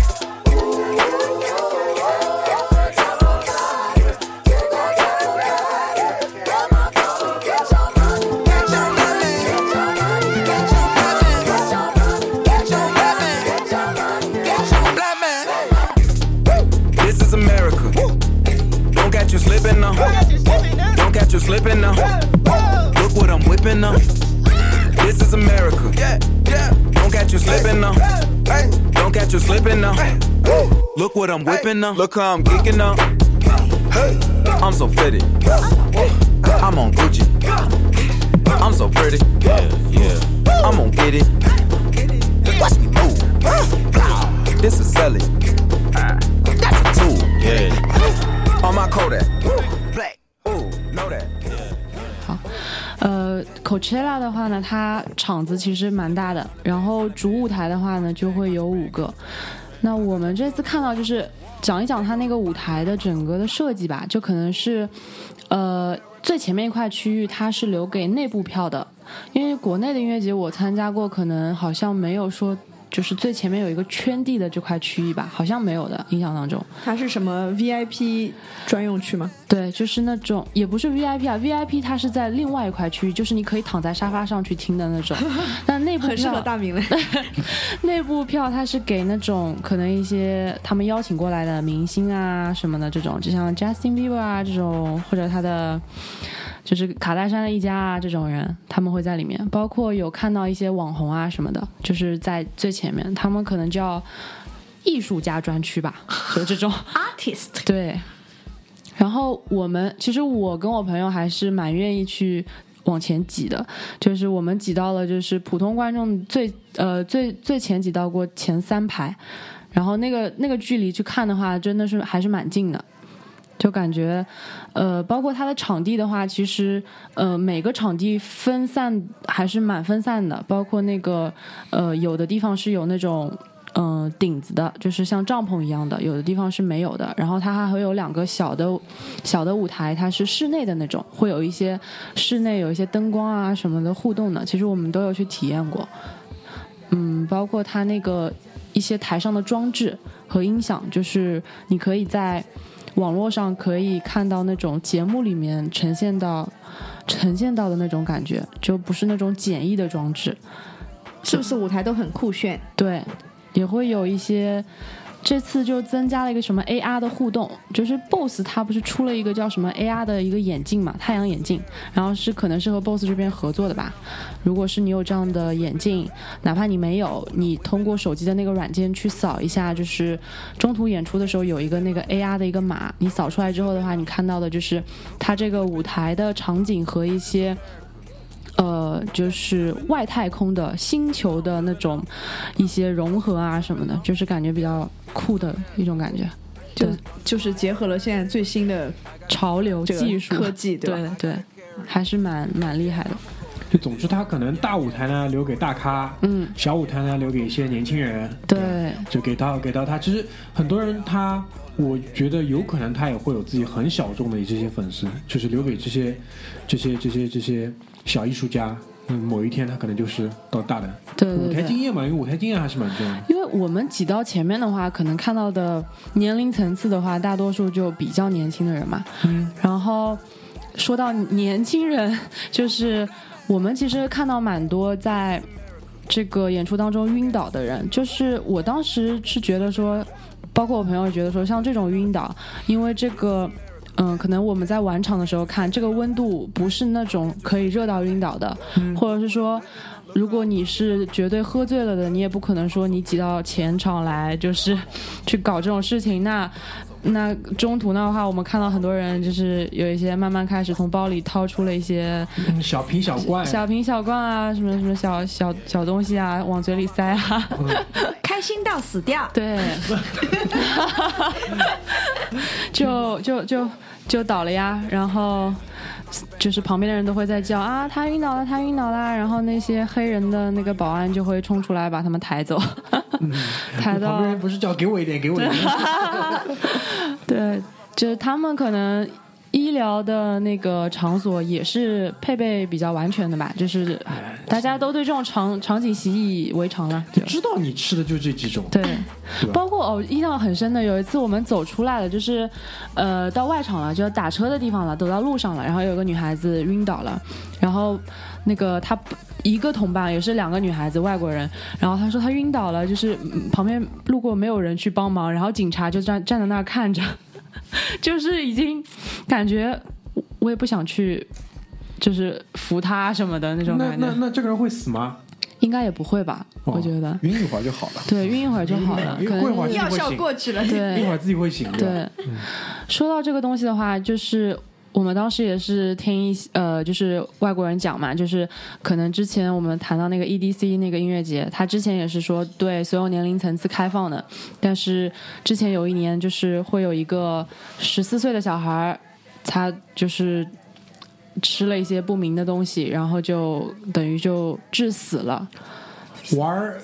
Slipping now. Don't catch you slipping now. Look what I'm whipping now. This is America. Don't catch you slipping now. Don't catch you slipping now. Look what I'm whipping now. Look how I'm geeking now. I'm so fitted. I'm on Gucci. I'm so pretty. Yeah, yeah. I'm gonna get it. Watch me move. This is Sally. That's a tool. Yeah.On my Kodak, black, ooh, know that. 好，呃 ，Coachella 的话呢，它场子其实蛮大的，然后主舞台的话呢就会有五个。那我们这次看到就是， 讲一讲它那个舞台的整个的设计吧，就可能是呃最前面一块区域它是留给内部票的，因为国内的音乐节我参加过，可能好像没有说就是最前面有一个圈地的这块区域吧，好像没有的，印象当中。 它是什么 V I P 专用区吗？ 对，就是那种也不是 V I P 啊 ，V I P 它是在另外一块区域，就是你可以躺在沙发上去听的那种。但内部票很适合大明嘞。 内部票它是给那种可能一些他们邀请过来的明星啊什么的这种，就像 Justin Bieber 啊这种，或者他的。就是卡戴珊的一家啊，这种人他们会在里面，包括有看到一些网红啊什么的，就是在最前面，他们可能叫艺术家专区吧，就这种 artist。 对，然后我们其实我跟我朋友还是蛮愿意去往前挤的，就是我们挤到了就是普通观众最呃最最前挤到过前三排，然后那个那个距离去看的话，真的是还是蛮近的。就感觉，呃，包括它的场地的话，其实，呃，每个场地分散还是蛮分散的。包括那个，呃，有的地方是有那种，嗯、呃，顶子的，就是像帐篷一样的；有的地方是没有的。然后它还会有两个小的、小的舞台，它是室内的那种，会有一些室内有一些灯光啊什么的互动的。其实我们都有去体验过。嗯，包括它那个一些台上的装置和音响，就是你可以在。网络上可以看到那种节目里面呈现到呈现到的那种感觉，就不是那种简易的装置， 是不是舞台都很酷炫？ 对，也会有一些。这次就增加了一个什么 A R 的互动，就是 B O S S 它不是出了一个叫什么 A R 的一个眼镜嘛，太阳眼镜，然后是可能是和 B O S S 这边合作的吧。如果是你有这样的眼镜，哪怕你没有，你通过手机的那个软件去扫一下，就是中途演出的时候有一个那个 A R 的一个码，你扫出来之后的话，你看到的就是它这个舞台的场景和一些。呃，就是外太空的星球的那种一些融合啊什么的，就是感觉比较酷的一种感觉， 就就是结合了现在最新的潮流技术科技，对吧？ 对对，还是蛮蛮厉害的。 就总之，他可能大舞台呢留给大咖， 嗯， 小舞台呢留给一些年轻人， 对， 就给到给到他。其实很多人他，我觉得有可能他也会有自己很小众的这些粉丝，就是留给这些这些这些这些小艺术家。嗯，某一天他可能就是到大的对对对舞台经验嘛，因为舞台经验还是蛮重要的。 因为我们挤到前面的话，可能看到的年龄层次的话，大多数就比较年轻的人嘛。 嗯， 然后说到年轻人，就是我们其实看到蛮多在这个演出当中晕倒的人，就是我当时是觉得说，包括我朋友觉得说，像这种晕倒，因为这个。嗯，可能我们在晚场的时候看这个温度不是那种可以热到晕倒的，嗯、或者是说，如果你是绝对喝醉了的，你也不可能说你挤到前场来就是去搞这种事情。那那中途的话，我们看到很多人就是有一些慢慢开始从包里掏出了一些、 嗯、小瓶小罐、 小瓶小罐啊，什么什么小小小东西啊，往嘴里塞啊， 嗯、开心到死掉。 对，就就就就倒了呀，然后就是旁边的人都会在叫啊，他晕倒了，他晕倒了，然后那些黑人的那个保安就会冲出来把他们抬走，嗯、抬到旁边人不是叫给我一点，给我一点。 对，就是他们可能医疗的那个场所也是配备比较完全的吧，就是大家都对这种场场景习以为常了。 你知道你吃的就这几种， 对，对包括哦，印象很深的有一次我们走出来了，就是呃到外场了，就打车的地方了，走到路上了，然后有个女孩子晕倒了，然后那个她一个同伴也是两个女孩子外国人，然后她说她晕倒了，就是旁边路过没有人去帮忙，然后警察就站站在那儿看着。就是已经感觉我也不想去就是扶他什么的那种感觉。 那那那这个人会死吗？ 应该也不会吧、哦、我觉得晕一会儿就好了。 对，晕一会儿就好了， 因为过一会儿药效过去了， 对， 一会儿自己会醒。 对、嗯、说到这个东西的话，就是我们当时也是听一呃，就是外国人讲嘛，就是可能之前我们谈到那个 E D C 那个音乐节，他之前也是说对所有年龄层次开放的，但是之前有一年就是会有一个十四岁的小孩，他就是吃了一些不明的东西，然后就等于就致死了。 玩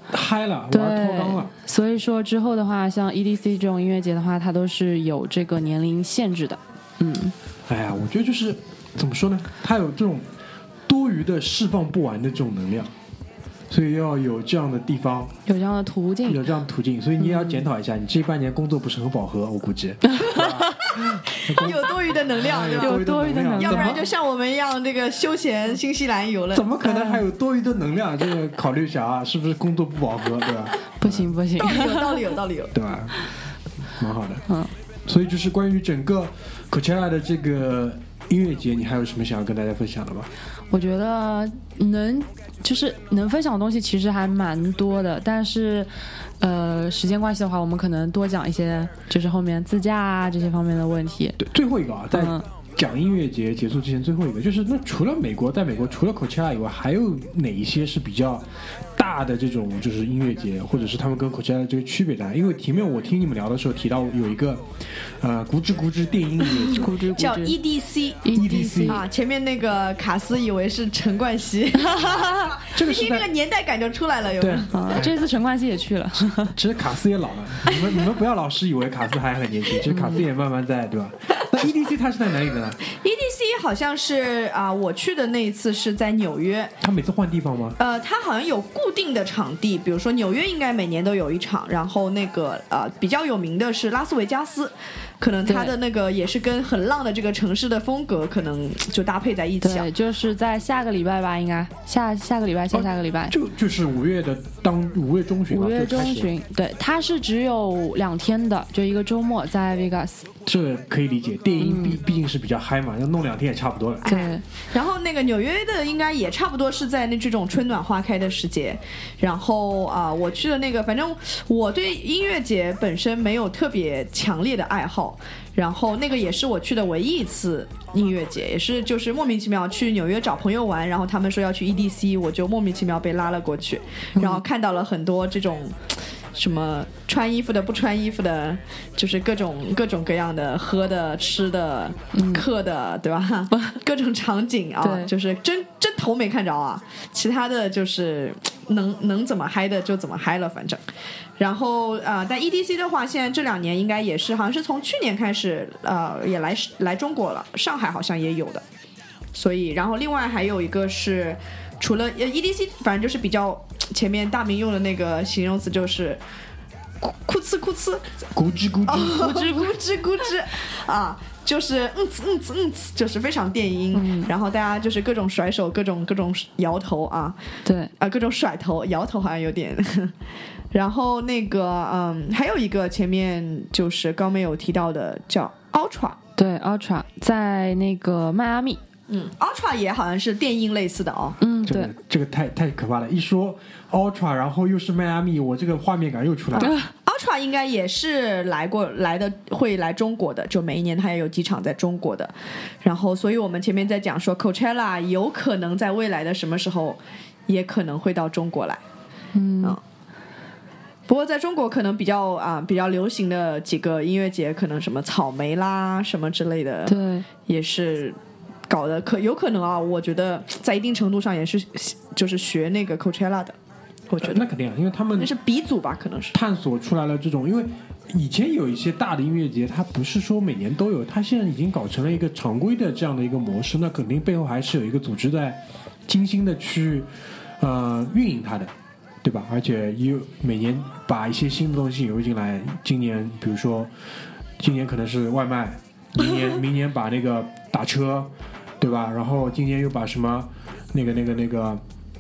嗨了， 对玩脱肛了。 所以说之后的话，像 E D C 这种音乐节的话，它都是有这个年龄限制的。嗯， 哎呀，我觉得就是怎么说呢，它有这种多余的释放不完的这种能量，所以要有这样的地方， 有这样的途径， 有这样的途径，所以你也要检讨一下，嗯、你这半年工作不是很饱和，我估计。 有多余的能量，对吧？ 有多余的能量， 要不然就像我们一样，这个休闲新西兰游了。 怎么可能还有多余的能量？这个考虑一下啊，是不是工作不饱和，对吧？ 不行不行， 道理有道理有道理有， 对吧？蛮好的， 嗯。 所以就是关于整个 Coachella 的这个音乐节，你还有什么想要跟大家分享的吗？ 我觉得能就是能分享的东西其实还蛮多的，但是呃时间关系的话，我们可能多讲一些就是后面自驾啊这些方面的问题。 对，最后一个啊，在嗯讲音乐节结束之前，最后一个就是那除了美国，在美国除了 Coachella 以外，还有哪一些是比较大的这种就是音乐节，或者是他们跟 Coachella 这个区别的？因为前面我听你们聊的时候提到有一个呃咕吱咕吱电音乐节， 咕吱咕吱叫 E D C E D C 啊，前面那个卡斯以为是陈冠希， 这个是在一听那个年代感就出来了，有没对有？ 啊，这次陈冠希也去了。 其实卡斯也老了，你们你们不要老是以为卡斯还很年轻，其实卡斯也慢慢在，对吧？那 E D C 它是在哪里的呢？ E D C 好像是啊、我去的那一次是在纽约， 它每次换地方吗？ 呃，它好像有固定的场地，比如说纽约应该每年都有一场，然后那个呃比较有名的是拉斯维加斯，可能它的那个也是跟很浪的这个城市的风格可能就搭配在一起啊对，。就是在下个礼拜吧，应该下下个礼拜，下下个礼拜。 就就是五月的当五月中旬吧， 五月就开始中旬，对，它是只有两天的，就一个周末在 Vegas。 这可以理解，电音毕、毕竟是比较嗨嘛，要弄两天也差不多了。 对， 然后那个纽约的应该也差不多是在那这种春暖花开的时节，然后啊、我去的那个，反正我对音乐节本身没有特别强烈的爱好，然后那个也是我去的唯一一次音乐节，也是就是莫名其妙去纽约找朋友玩，然后他们说要去 E D C， 我就莫名其妙被拉了过去，然后看到了很多这种。什么穿衣服的不穿衣服的，就是各种各种各样的喝的吃的、嗑的，对吧？各种场景啊， 对就是真真头没看着啊，其他的就是能能怎么嗨的就怎么嗨了，反正。然后啊、呃，但 E D C 的话，现在这两年应该也是，好像是从去年开始，呃，也来来中国了，上海好像也有的。所以，然后另外还有一个是。除了 E D C， 反正就是比较前面大明用的那个形容词就是哭哭呲哭呲， 咕吱咕吱， 咕吱咕吱咕吱啊，就是嗯呲嗯呲嗯呲，就是非常电音、嗯，然后大家就是各种甩手，各种各种摇头啊， 对啊，各种甩头摇头好像有点。然后那个嗯，还有一个前面就是刚没有提到的叫 Ultra， 对 Ultra 在那个迈阿密。 嗯 ，Ultra 也好像是电音类似的哦。 嗯， 这个对， 这个太太可怕了！一说 Ultra， 然后又是迈阿密，我这个画面感又出来了。 Ultra 应该也是来过来的，会来中国的，就每一年它也有几场在中国的。然后，所以我们前面在讲说 Coachella 有可能在未来的什么时候，也可能会到中国来。 嗯。 嗯不过在中国可能比较啊比较流行的几个音乐节，可能什么草莓啦什么之类的， 对， 也是。搞得可有可能啊，我觉得在一定程度上也是就是学那个 Coachella 的，我觉得、 呃、那肯定啊，因为他们那是鼻祖吧，可能是探索出来了这种，因为以前有一些大的音乐节，它不是说每年都有，它现在已经搞成了一个常规的这样的一个模式，那肯定背后还是有一个组织在精心的去呃运营它的，对吧？而且有每年把一些新的东西引入进来，今年比如说今年可能是外卖，明年明年把那个打车。对吧？然后今年又把什么那个那个那个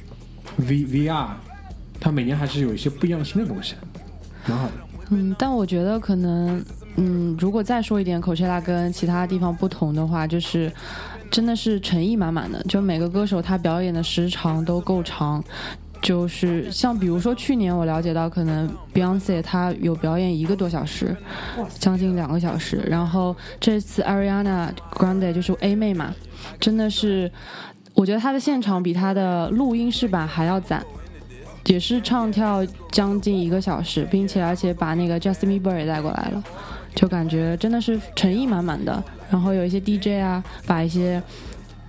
V V R， 它每年还是有一些不一样新的东西，蛮好的。 嗯，但我觉得可能，嗯，如果再说一点 Coachella 跟其他地方不同的话，就是真的是诚意满满的，就每个歌手他表演的时长都够长。就是像比如说去年我了解到，可能 Beyonce 她有表演一个多小时，将近两个小时。然后这次 Ariana Grande 就是 A 妹嘛，真的是我觉得她的现场比她的录音室版还要赞，也是唱跳将近一个小时，并且而且把那个 Justin Bieber 也带过来了，就感觉真的是诚意满满的。然后有一些 D J 啊，把一些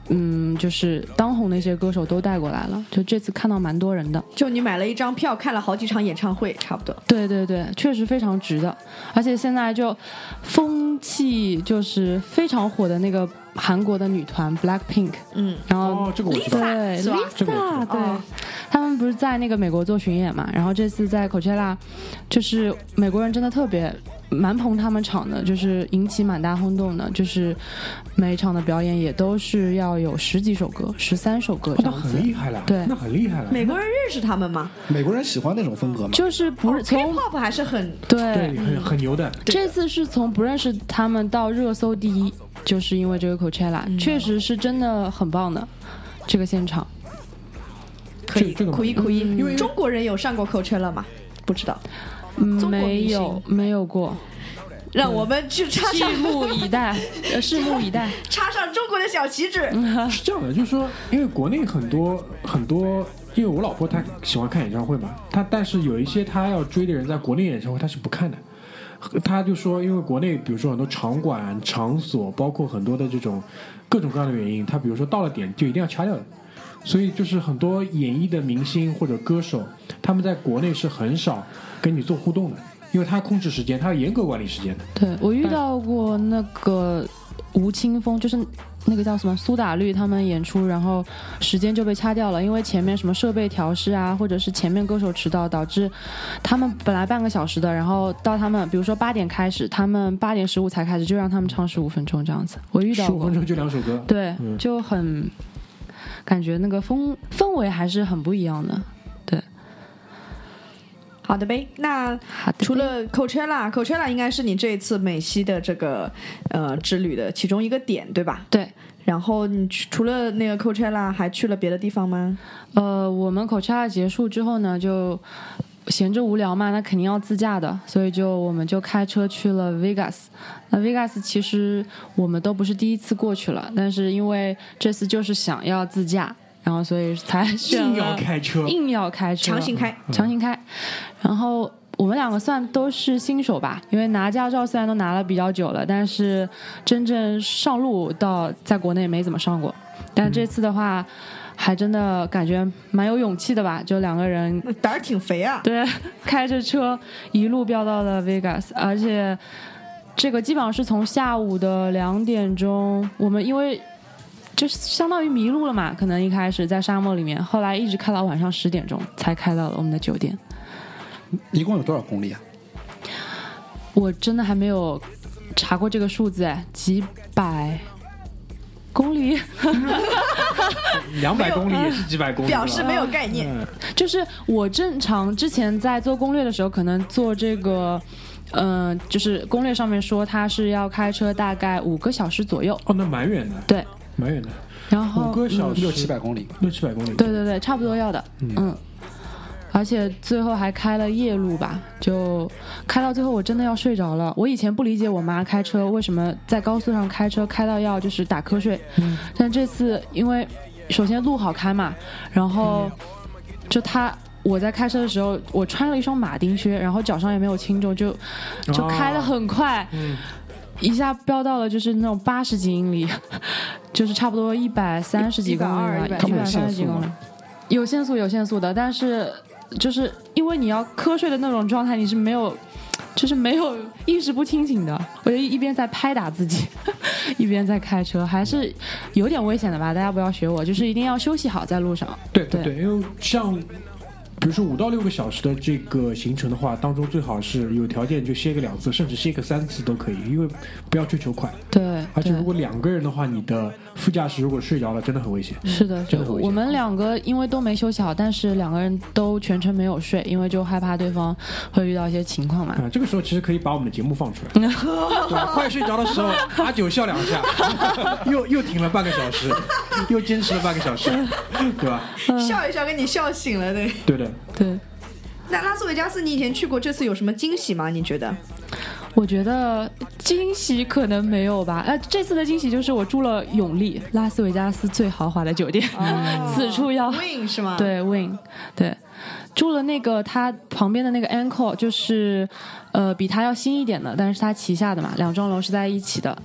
嗯，就是当红的一些歌手都带过来了，就这次看到蛮多人的。 就你买了一张票，看了好几场演唱会，差不多。 对对对，确实非常值的。而且现在就风气就是非常火的那个韩国的女团 Blackpink， 嗯， 然后、 哦，这个我知道。 对是吧 Lisa， 这个我知道对、 哦他们不是在那个美国做巡演嘛，然后这次在 Coachella， 就是美国人真的特别蛮捧他们场的，就是引起蛮大轰动的，就是每一场的表演也都是要有十几首歌，十三首歌哦那这样子。 很厉害了， 对那很厉害了。 美国人认识他们吗？ 美国人喜欢那种风格吗？ 就是不是哦从、 K-pop 还是很对对，很很牛的。 这次是从不认识他们到热搜第一，就是因为这个 Coachella，、 嗯、 确实是真的很棒的这个现场。 可以这个苦一苦一， 嗯因为中国人有上过 Coachella 吗？不知道， 嗯， 中国没明星有没有过， 让我们去插上拭目以待，呃拭目以待。 插上中国的小旗帜。 是这样的，就是说，因为国内很多很多，因为我老婆她喜欢看演唱会嘛，她但是有一些她要追的人在国内演唱会她是不看的，她就说，因为国内比如说很多场馆场所，包括很多的这种各种各样的原因，她比如说到了点就一定要掐掉的。所以就是很多演艺的明星或者歌手，他们在国内是很少跟你做互动的，因为他控制时间，他要严格管理时间的。 对，我遇到过那个吴青峰，就是那个叫什么苏打绿他们演出，然后时间就被掐掉了，因为前面什么设备调试啊，或者是前面歌手迟到，导致他们本来半个小时的，然后到他们比如说八点开始，他们八点十五才开始，就让他们唱十五分钟这样子。我遇到过， 十五分钟就两首歌。 对， 嗯、 就很感觉那个风氛围还是很不一样的。对， 好的呗。那好的呗除了 Coachella，Coachella 应该是你这一次美西的这个呃之旅的其中一个点，对吧？ 对。 然后你去除了那个 Coachella， 还去了别的地方吗？ 呃，我们 Coachella 结束之后呢，就闲着无聊嘛，那肯定要自驾的，所以就我们就开车去了 Vegas。那 Vegas 其实我们都不是第一次过去了，但是因为这次就是想要自驾，然后所以才选了硬要开车， 硬要开车， 强行开， 强行开。然后我们两个算都是新手吧，因为拿驾照虽然都拿了比较久了，但是真正上路到在国内没怎么上过。但这次的话，还真的感觉蛮有勇气的吧，就两个人胆儿挺肥啊。 对，开着车一路飙到了 Vegas， 而且这个基本上是从下午的两点钟，我们因为就相当于迷路了嘛，可能一开始在沙漠里面，后来一直开到晚上十点钟才开到了我们的酒店。 一共有多少公里啊？ 我真的还没有查过这个数字，哎，几百公里。 两百公里也是几百公里， 表示没有概念。 嗯、 就是我正常之前在做攻略的时候，可能做这个，嗯、呃，就是攻略上面说它是要开车大概五个小时左右。 哦，那蛮远的。 对， 蛮远的。 然后五个小时、 嗯、六七百公里， 六七百公里。 对对对，差不多要的。嗯。嗯，而且最后还开了夜路吧，就开到最后我真的要睡着了。我以前不理解我妈开车为什么在高速上开车开到要就是打瞌睡，嗯，但这次因为首先路好开嘛，然后就她我在开车的时候，我穿了一双马丁靴，然后脚上也没有轻重，就就开得很快， 哦、嗯， 一下飙到了就是那种八十几英里，就是差不多一百三十几公里吧，一百三十几公里。有限速有限速的，但是就是因为你要瞌睡的那种状态，你是没有，就是没有意识不清醒的。我就一边在拍打自己，一边在开车，还是有点危险的吧？大家不要学我，就是一定要休息好在路上。 对对对，因为像比如说五到六个小时的这个行程的话，当中最好是有条件就歇个两次，甚至歇个三次都可以，因为不要追求快。 对， 而且如果两个人的话，你的副驾驶如果睡着了，真的很危险。 是的， 真的很危险。 我们两个因为都没休息好，但是两个人都全程没有睡，因为就害怕对方会遇到一些情况嘛。 啊，这个时候其实可以把我们的节目放出来，对吧？快睡着的时候，把酒笑两下，又又停了半个小时，又坚持了半个小时，对吧？ 笑一笑，给你笑醒了，对。 对的。 对， 那拉斯维加斯你以前去过，这次有什么惊喜吗？你觉得？ 我觉得惊喜可能没有吧。呃，这次的惊喜就是我住了永利，拉斯维加斯最豪华的酒店，哦、此处要 Wing 是吗？ 对 Wing， 对，住了那个它旁边的那个 Encore， 就是呃比它要新一点的，但是它旗下的嘛，两幢楼是在一起的。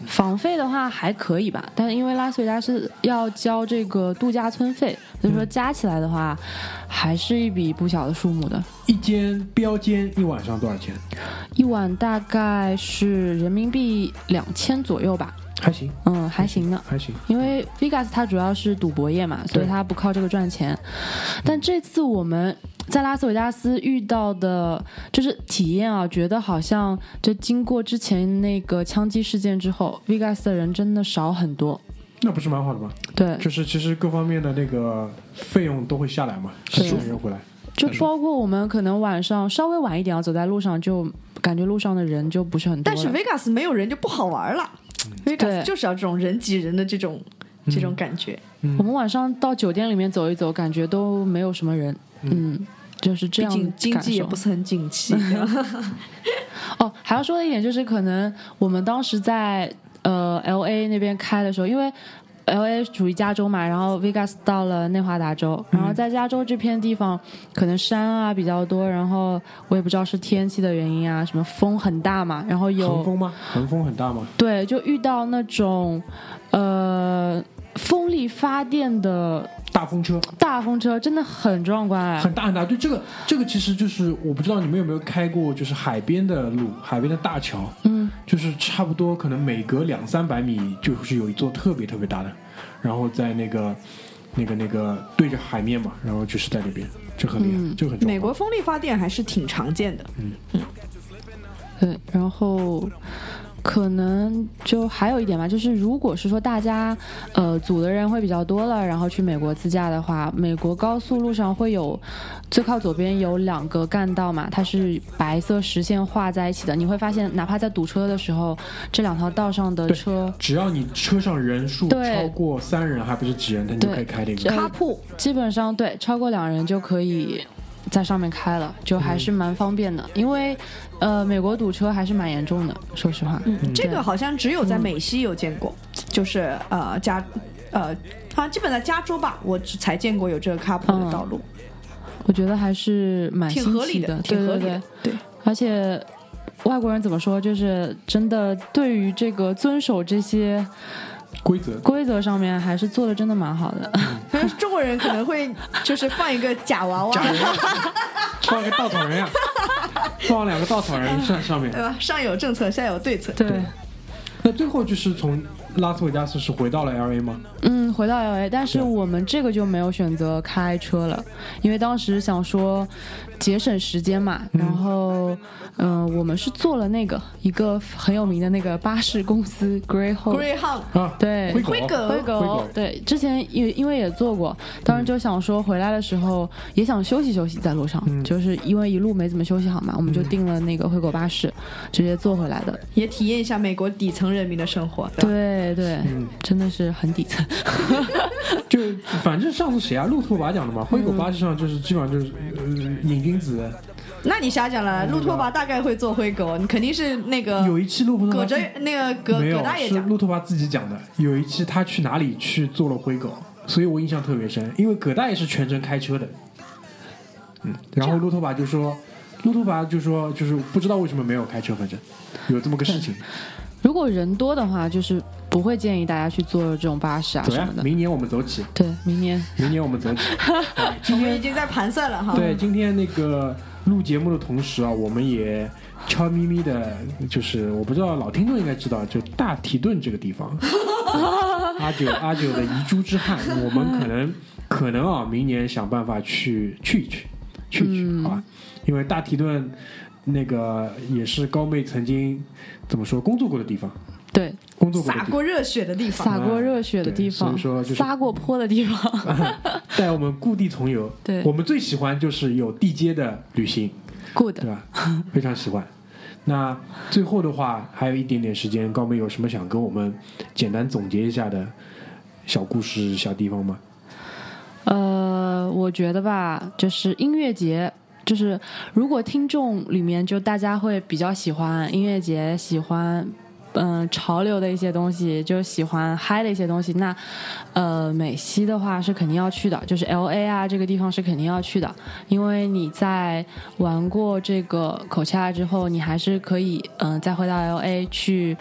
房费的话还可以吧，但是因为拉斯维加斯要交这个度假村费，所以说加起来的话，还是一笔不小的数目的。 一间标间一晚上多少钱？ 一晚大概是人民币两千左右吧。 还行， 嗯，还行呢， 还行。 因为 Vegas 它主要是赌博业嘛，所以它不靠这个赚钱。但这次我们在拉斯维加斯遇到的，就是体验啊，觉得好像就经过之前那个枪击事件之后 ，Vegas 的人真的少很多。 那不是蛮好的吗？ 对， 就是其实各方面的那个费用都会下来嘛，很多人回来。 就包括我们可能晚上稍微晚一点啊，走在路上就感觉路上的人就不是很多了。 但是 Vegas 没有人就不好玩了。Vegas 就是要这种人挤人的这种、嗯、这种感觉、 嗯。我们晚上到酒店里面走一走，感觉都没有什么人。嗯，嗯就是这样。毕竟经济也不是很景气。 哦，还要说的一点就是，可能我们当时在呃 L A 那边开的时候，因为 L A 属于加州嘛，然后 Vegas 到了内华达州，然后在加州这片地方可能山啊比较多，然后我也不知道是天气的原因啊，什么风很大嘛，然后有横风吗？横风很大吗？ 对，就遇到那种呃风力发电的大风车， 大风车真的很壮观哎， 很大很大。对，这个这个其实就是我不知道你们有没有开过，就是海边的路，海边的大桥， 嗯， 就是差不多可能每隔两三百米就是有一座特别特别大的，然后在那个那个那个对着海面嘛，然后就是在那边，这很厉害， 嗯、 这很壮观。 美国风力发电还是挺常见的， 嗯嗯，对，然后。可能就还有一点吧，就是如果是说大家呃组的人会比较多了，然后去美国自驾的话，美国高速路上会有最靠左边有两个干道嘛，它是白色实线画在一起的，你会发现哪怕在堵车的时候，这两条道上的车， 只要你车上人数超过三人还不是几人，你就可以开这个卡铺，基本上对超过两人就可以在上面开了，就还是蛮方便的，嗯、因为呃，美国堵车还是蛮严重的，说实话。 嗯，这个好像只有在美西有见过，嗯、就是呃加呃，好像基本在加州吧，我只才见过有这个 carpool 的道路。 嗯、我觉得还是蛮挺合理的， 挺合理的， 对，对。而且外国人怎么说，就是真的对于这个遵守这些。 规则规则上面还是做的真的蛮好的， 可能中国人可能会就是放一个假娃娃， 假娃娃放一个稻草人呀、啊，放两个稻草人上上面， 对吧？上有政策，下有对策。 对。 对那最后就是从拉斯维加斯是回到了 L A 吗？ 嗯，回到 L A， 但是我们这个就没有选择开车了，因为当时想说节省时间嘛，然后嗯、呃，我们是坐了那个一个很有名的那个巴士公司 Greyhound， 啊， 对， 灰狗， 灰狗，对，之前因为因为也坐过，当时就想说回来的时候也想休息休息在路上，嗯、就是因为一路没怎么休息好嘛，我们就订了那个灰狗巴士，直接坐回来的， 也体验一下美国底层人民的生活。 对对，嗯、真的是很底层。 就反正上次谁啊，路拓跋讲的嘛，灰狗巴士上就是基本上就是、呃、瘾君子。 那你瞎讲了，路拓跋大概会做灰狗，你肯定是那个有一期路拓跋葛着那个葛葛大爷讲， 是路拓跋自己讲的。有一期他去哪里去做了灰狗，所以我印象特别深，因为葛大爷是全程开车的。嗯，然后路拓跋就说，路拓跋就说就是不知道为什么没有开车，反正有这么个事情。 如果人多的话，就是不会建议大家去坐这种巴士啊什么的。 明年我们走起。 对，明年， 明年我们走起。 我们已经在盘算了哈。 对，今天那个录节目的同时啊，我们也悄咪咪的，就是我不知道老听众应该知道，就大提顿这个地方，阿九阿九的遗珠之憾，我们可能可能啊，明年想办法去去一去，去一去，嗯、好吧？因为大提顿那个也是高妹曾经怎么说工作过的地方， 对， 工作过洒过热血的地方， 洒过热血的地方， 所以说就是撒过泼的地方， 带我们故地重游。 对， 我们最喜欢就是有地接的旅行 ，good， 对吧？非常喜欢。那最后的话，还有一点点时间，高妹有什么想跟我们简单总结一下的小故事、小地方吗？ 呃，我觉得吧，就是音乐节。就是如果听众里面就大家会比较喜欢音乐节，喜欢嗯潮流的一些东西，就喜欢嗨的一些东西，那呃美西的话是肯定要去的，就是 L A 啊这个地方是肯定要去的，因为你在玩过这个Coachella之后，你还是可以嗯、呃、再回到 L A 去体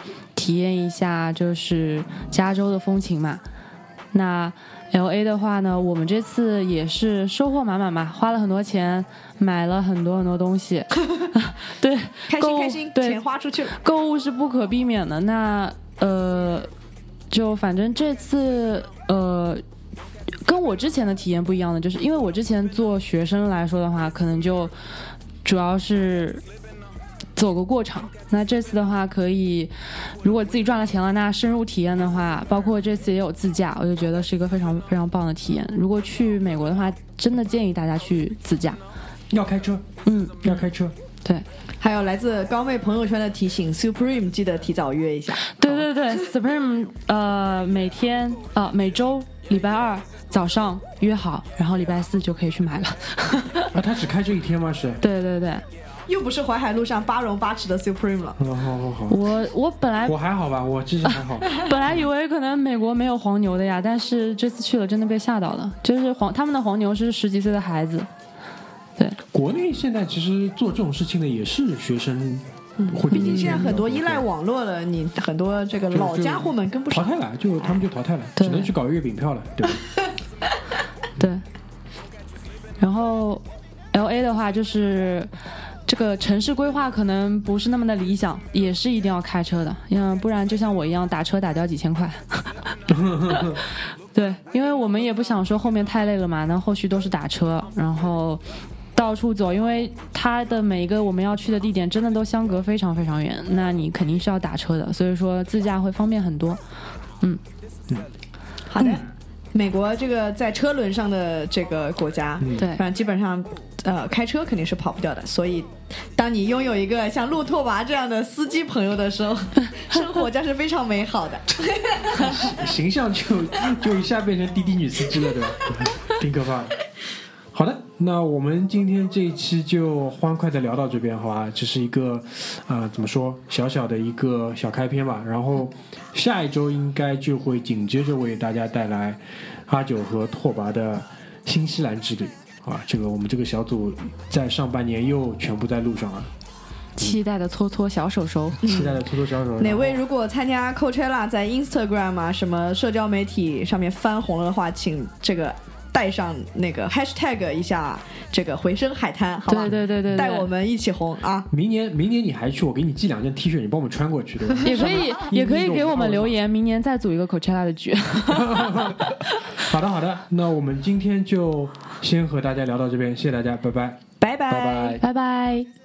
体验一下就是加州的风情嘛。那 L A 的话呢，我们这次也是收获满满嘛，花了很多钱，买了很多很多东西，对， 开心开心， 对， 钱花出去了， 购物是不可避免的。那呃，就反正这次呃，跟我之前的体验不一样的，就是因为我之前做学生来说的话，可能就主要是走个过场。那这次的话，可以如果自己赚了钱了，那深入体验的话，包括这次也有自驾，我就觉得是一个非常非常棒的体验。如果去美国的话，真的建议大家去自驾。 要开车， 嗯， 要开车。 对， 还有来自高妹朋友圈的提醒 ，Supreme 记得提早约一下。 对对对 ，Supreme 呃每天呃每周礼拜二早上约好，然后礼拜四就可以去买了。 啊，他只开这一天吗？是？ 对对对。 又不是淮海路上八荣八耻的 Supreme 了。 好好好好。 我我本来我还好吧，我之前还好。 本来以为可能美国没有黄牛的呀，但是这次去了真的被吓到了，就是黄他们的黄牛是十几岁的孩子。对， 国内现在其实做这种事情的也是学生。会毕竟现在很多依赖网络了，你很多这个老家伙们跟不上， 淘汰了，就他们就淘汰了，只能去搞月饼票了，对吧？ 对。然后 L A 的话，就是这个城市规划可能不是那么的理想，也是一定要开车的，因为不然就像我一样打车打掉几千块。对，因为我们也不想说后面太累了嘛，那后续都是打车，然后到处走，因为它的每一个我们要去的地点真的都相隔非常非常远，那你肯定是要打车的，所以说自驾会方便很多。嗯嗯， 好的。美国这个在车轮上的这个国家， 对， 反正基本上，呃，开车肯定是跑不掉的。所以，当你拥有一个像路拓跋这样的司机朋友的时候，生活将是非常美好的。 形象就就一下变成滴滴女司机了，对吧？挺可怕的。好的，那我们今天这一期就欢快的聊到这边，好吧？这是一个，呃，怎么说，小小的一个小开篇吧。然后下一周应该就会紧接着为大家带来阿九和拓跋的新西兰之旅，啊，这个我们这个小组在上半年又全部在路上了。 期待的搓搓小手手， 嗯、期待的搓搓小手。 哪位如果参加 Coachella 在 Instagram 啊什么社交媒体上面翻红了的话，请这个。带上那个 hashtag 一下这个回声海滩，好吧？ 对对对 对, 对， 带我们一起红啊！ 明年明年你还去，我给你寄两件 T 恤，你帮我们穿过去，对吧？ 也可以，也可以给我们留言，明年再组一个 Coachella 的局。 好的好的，那我们今天就先和大家聊到这边，谢谢大家，拜拜， 拜拜拜拜拜拜。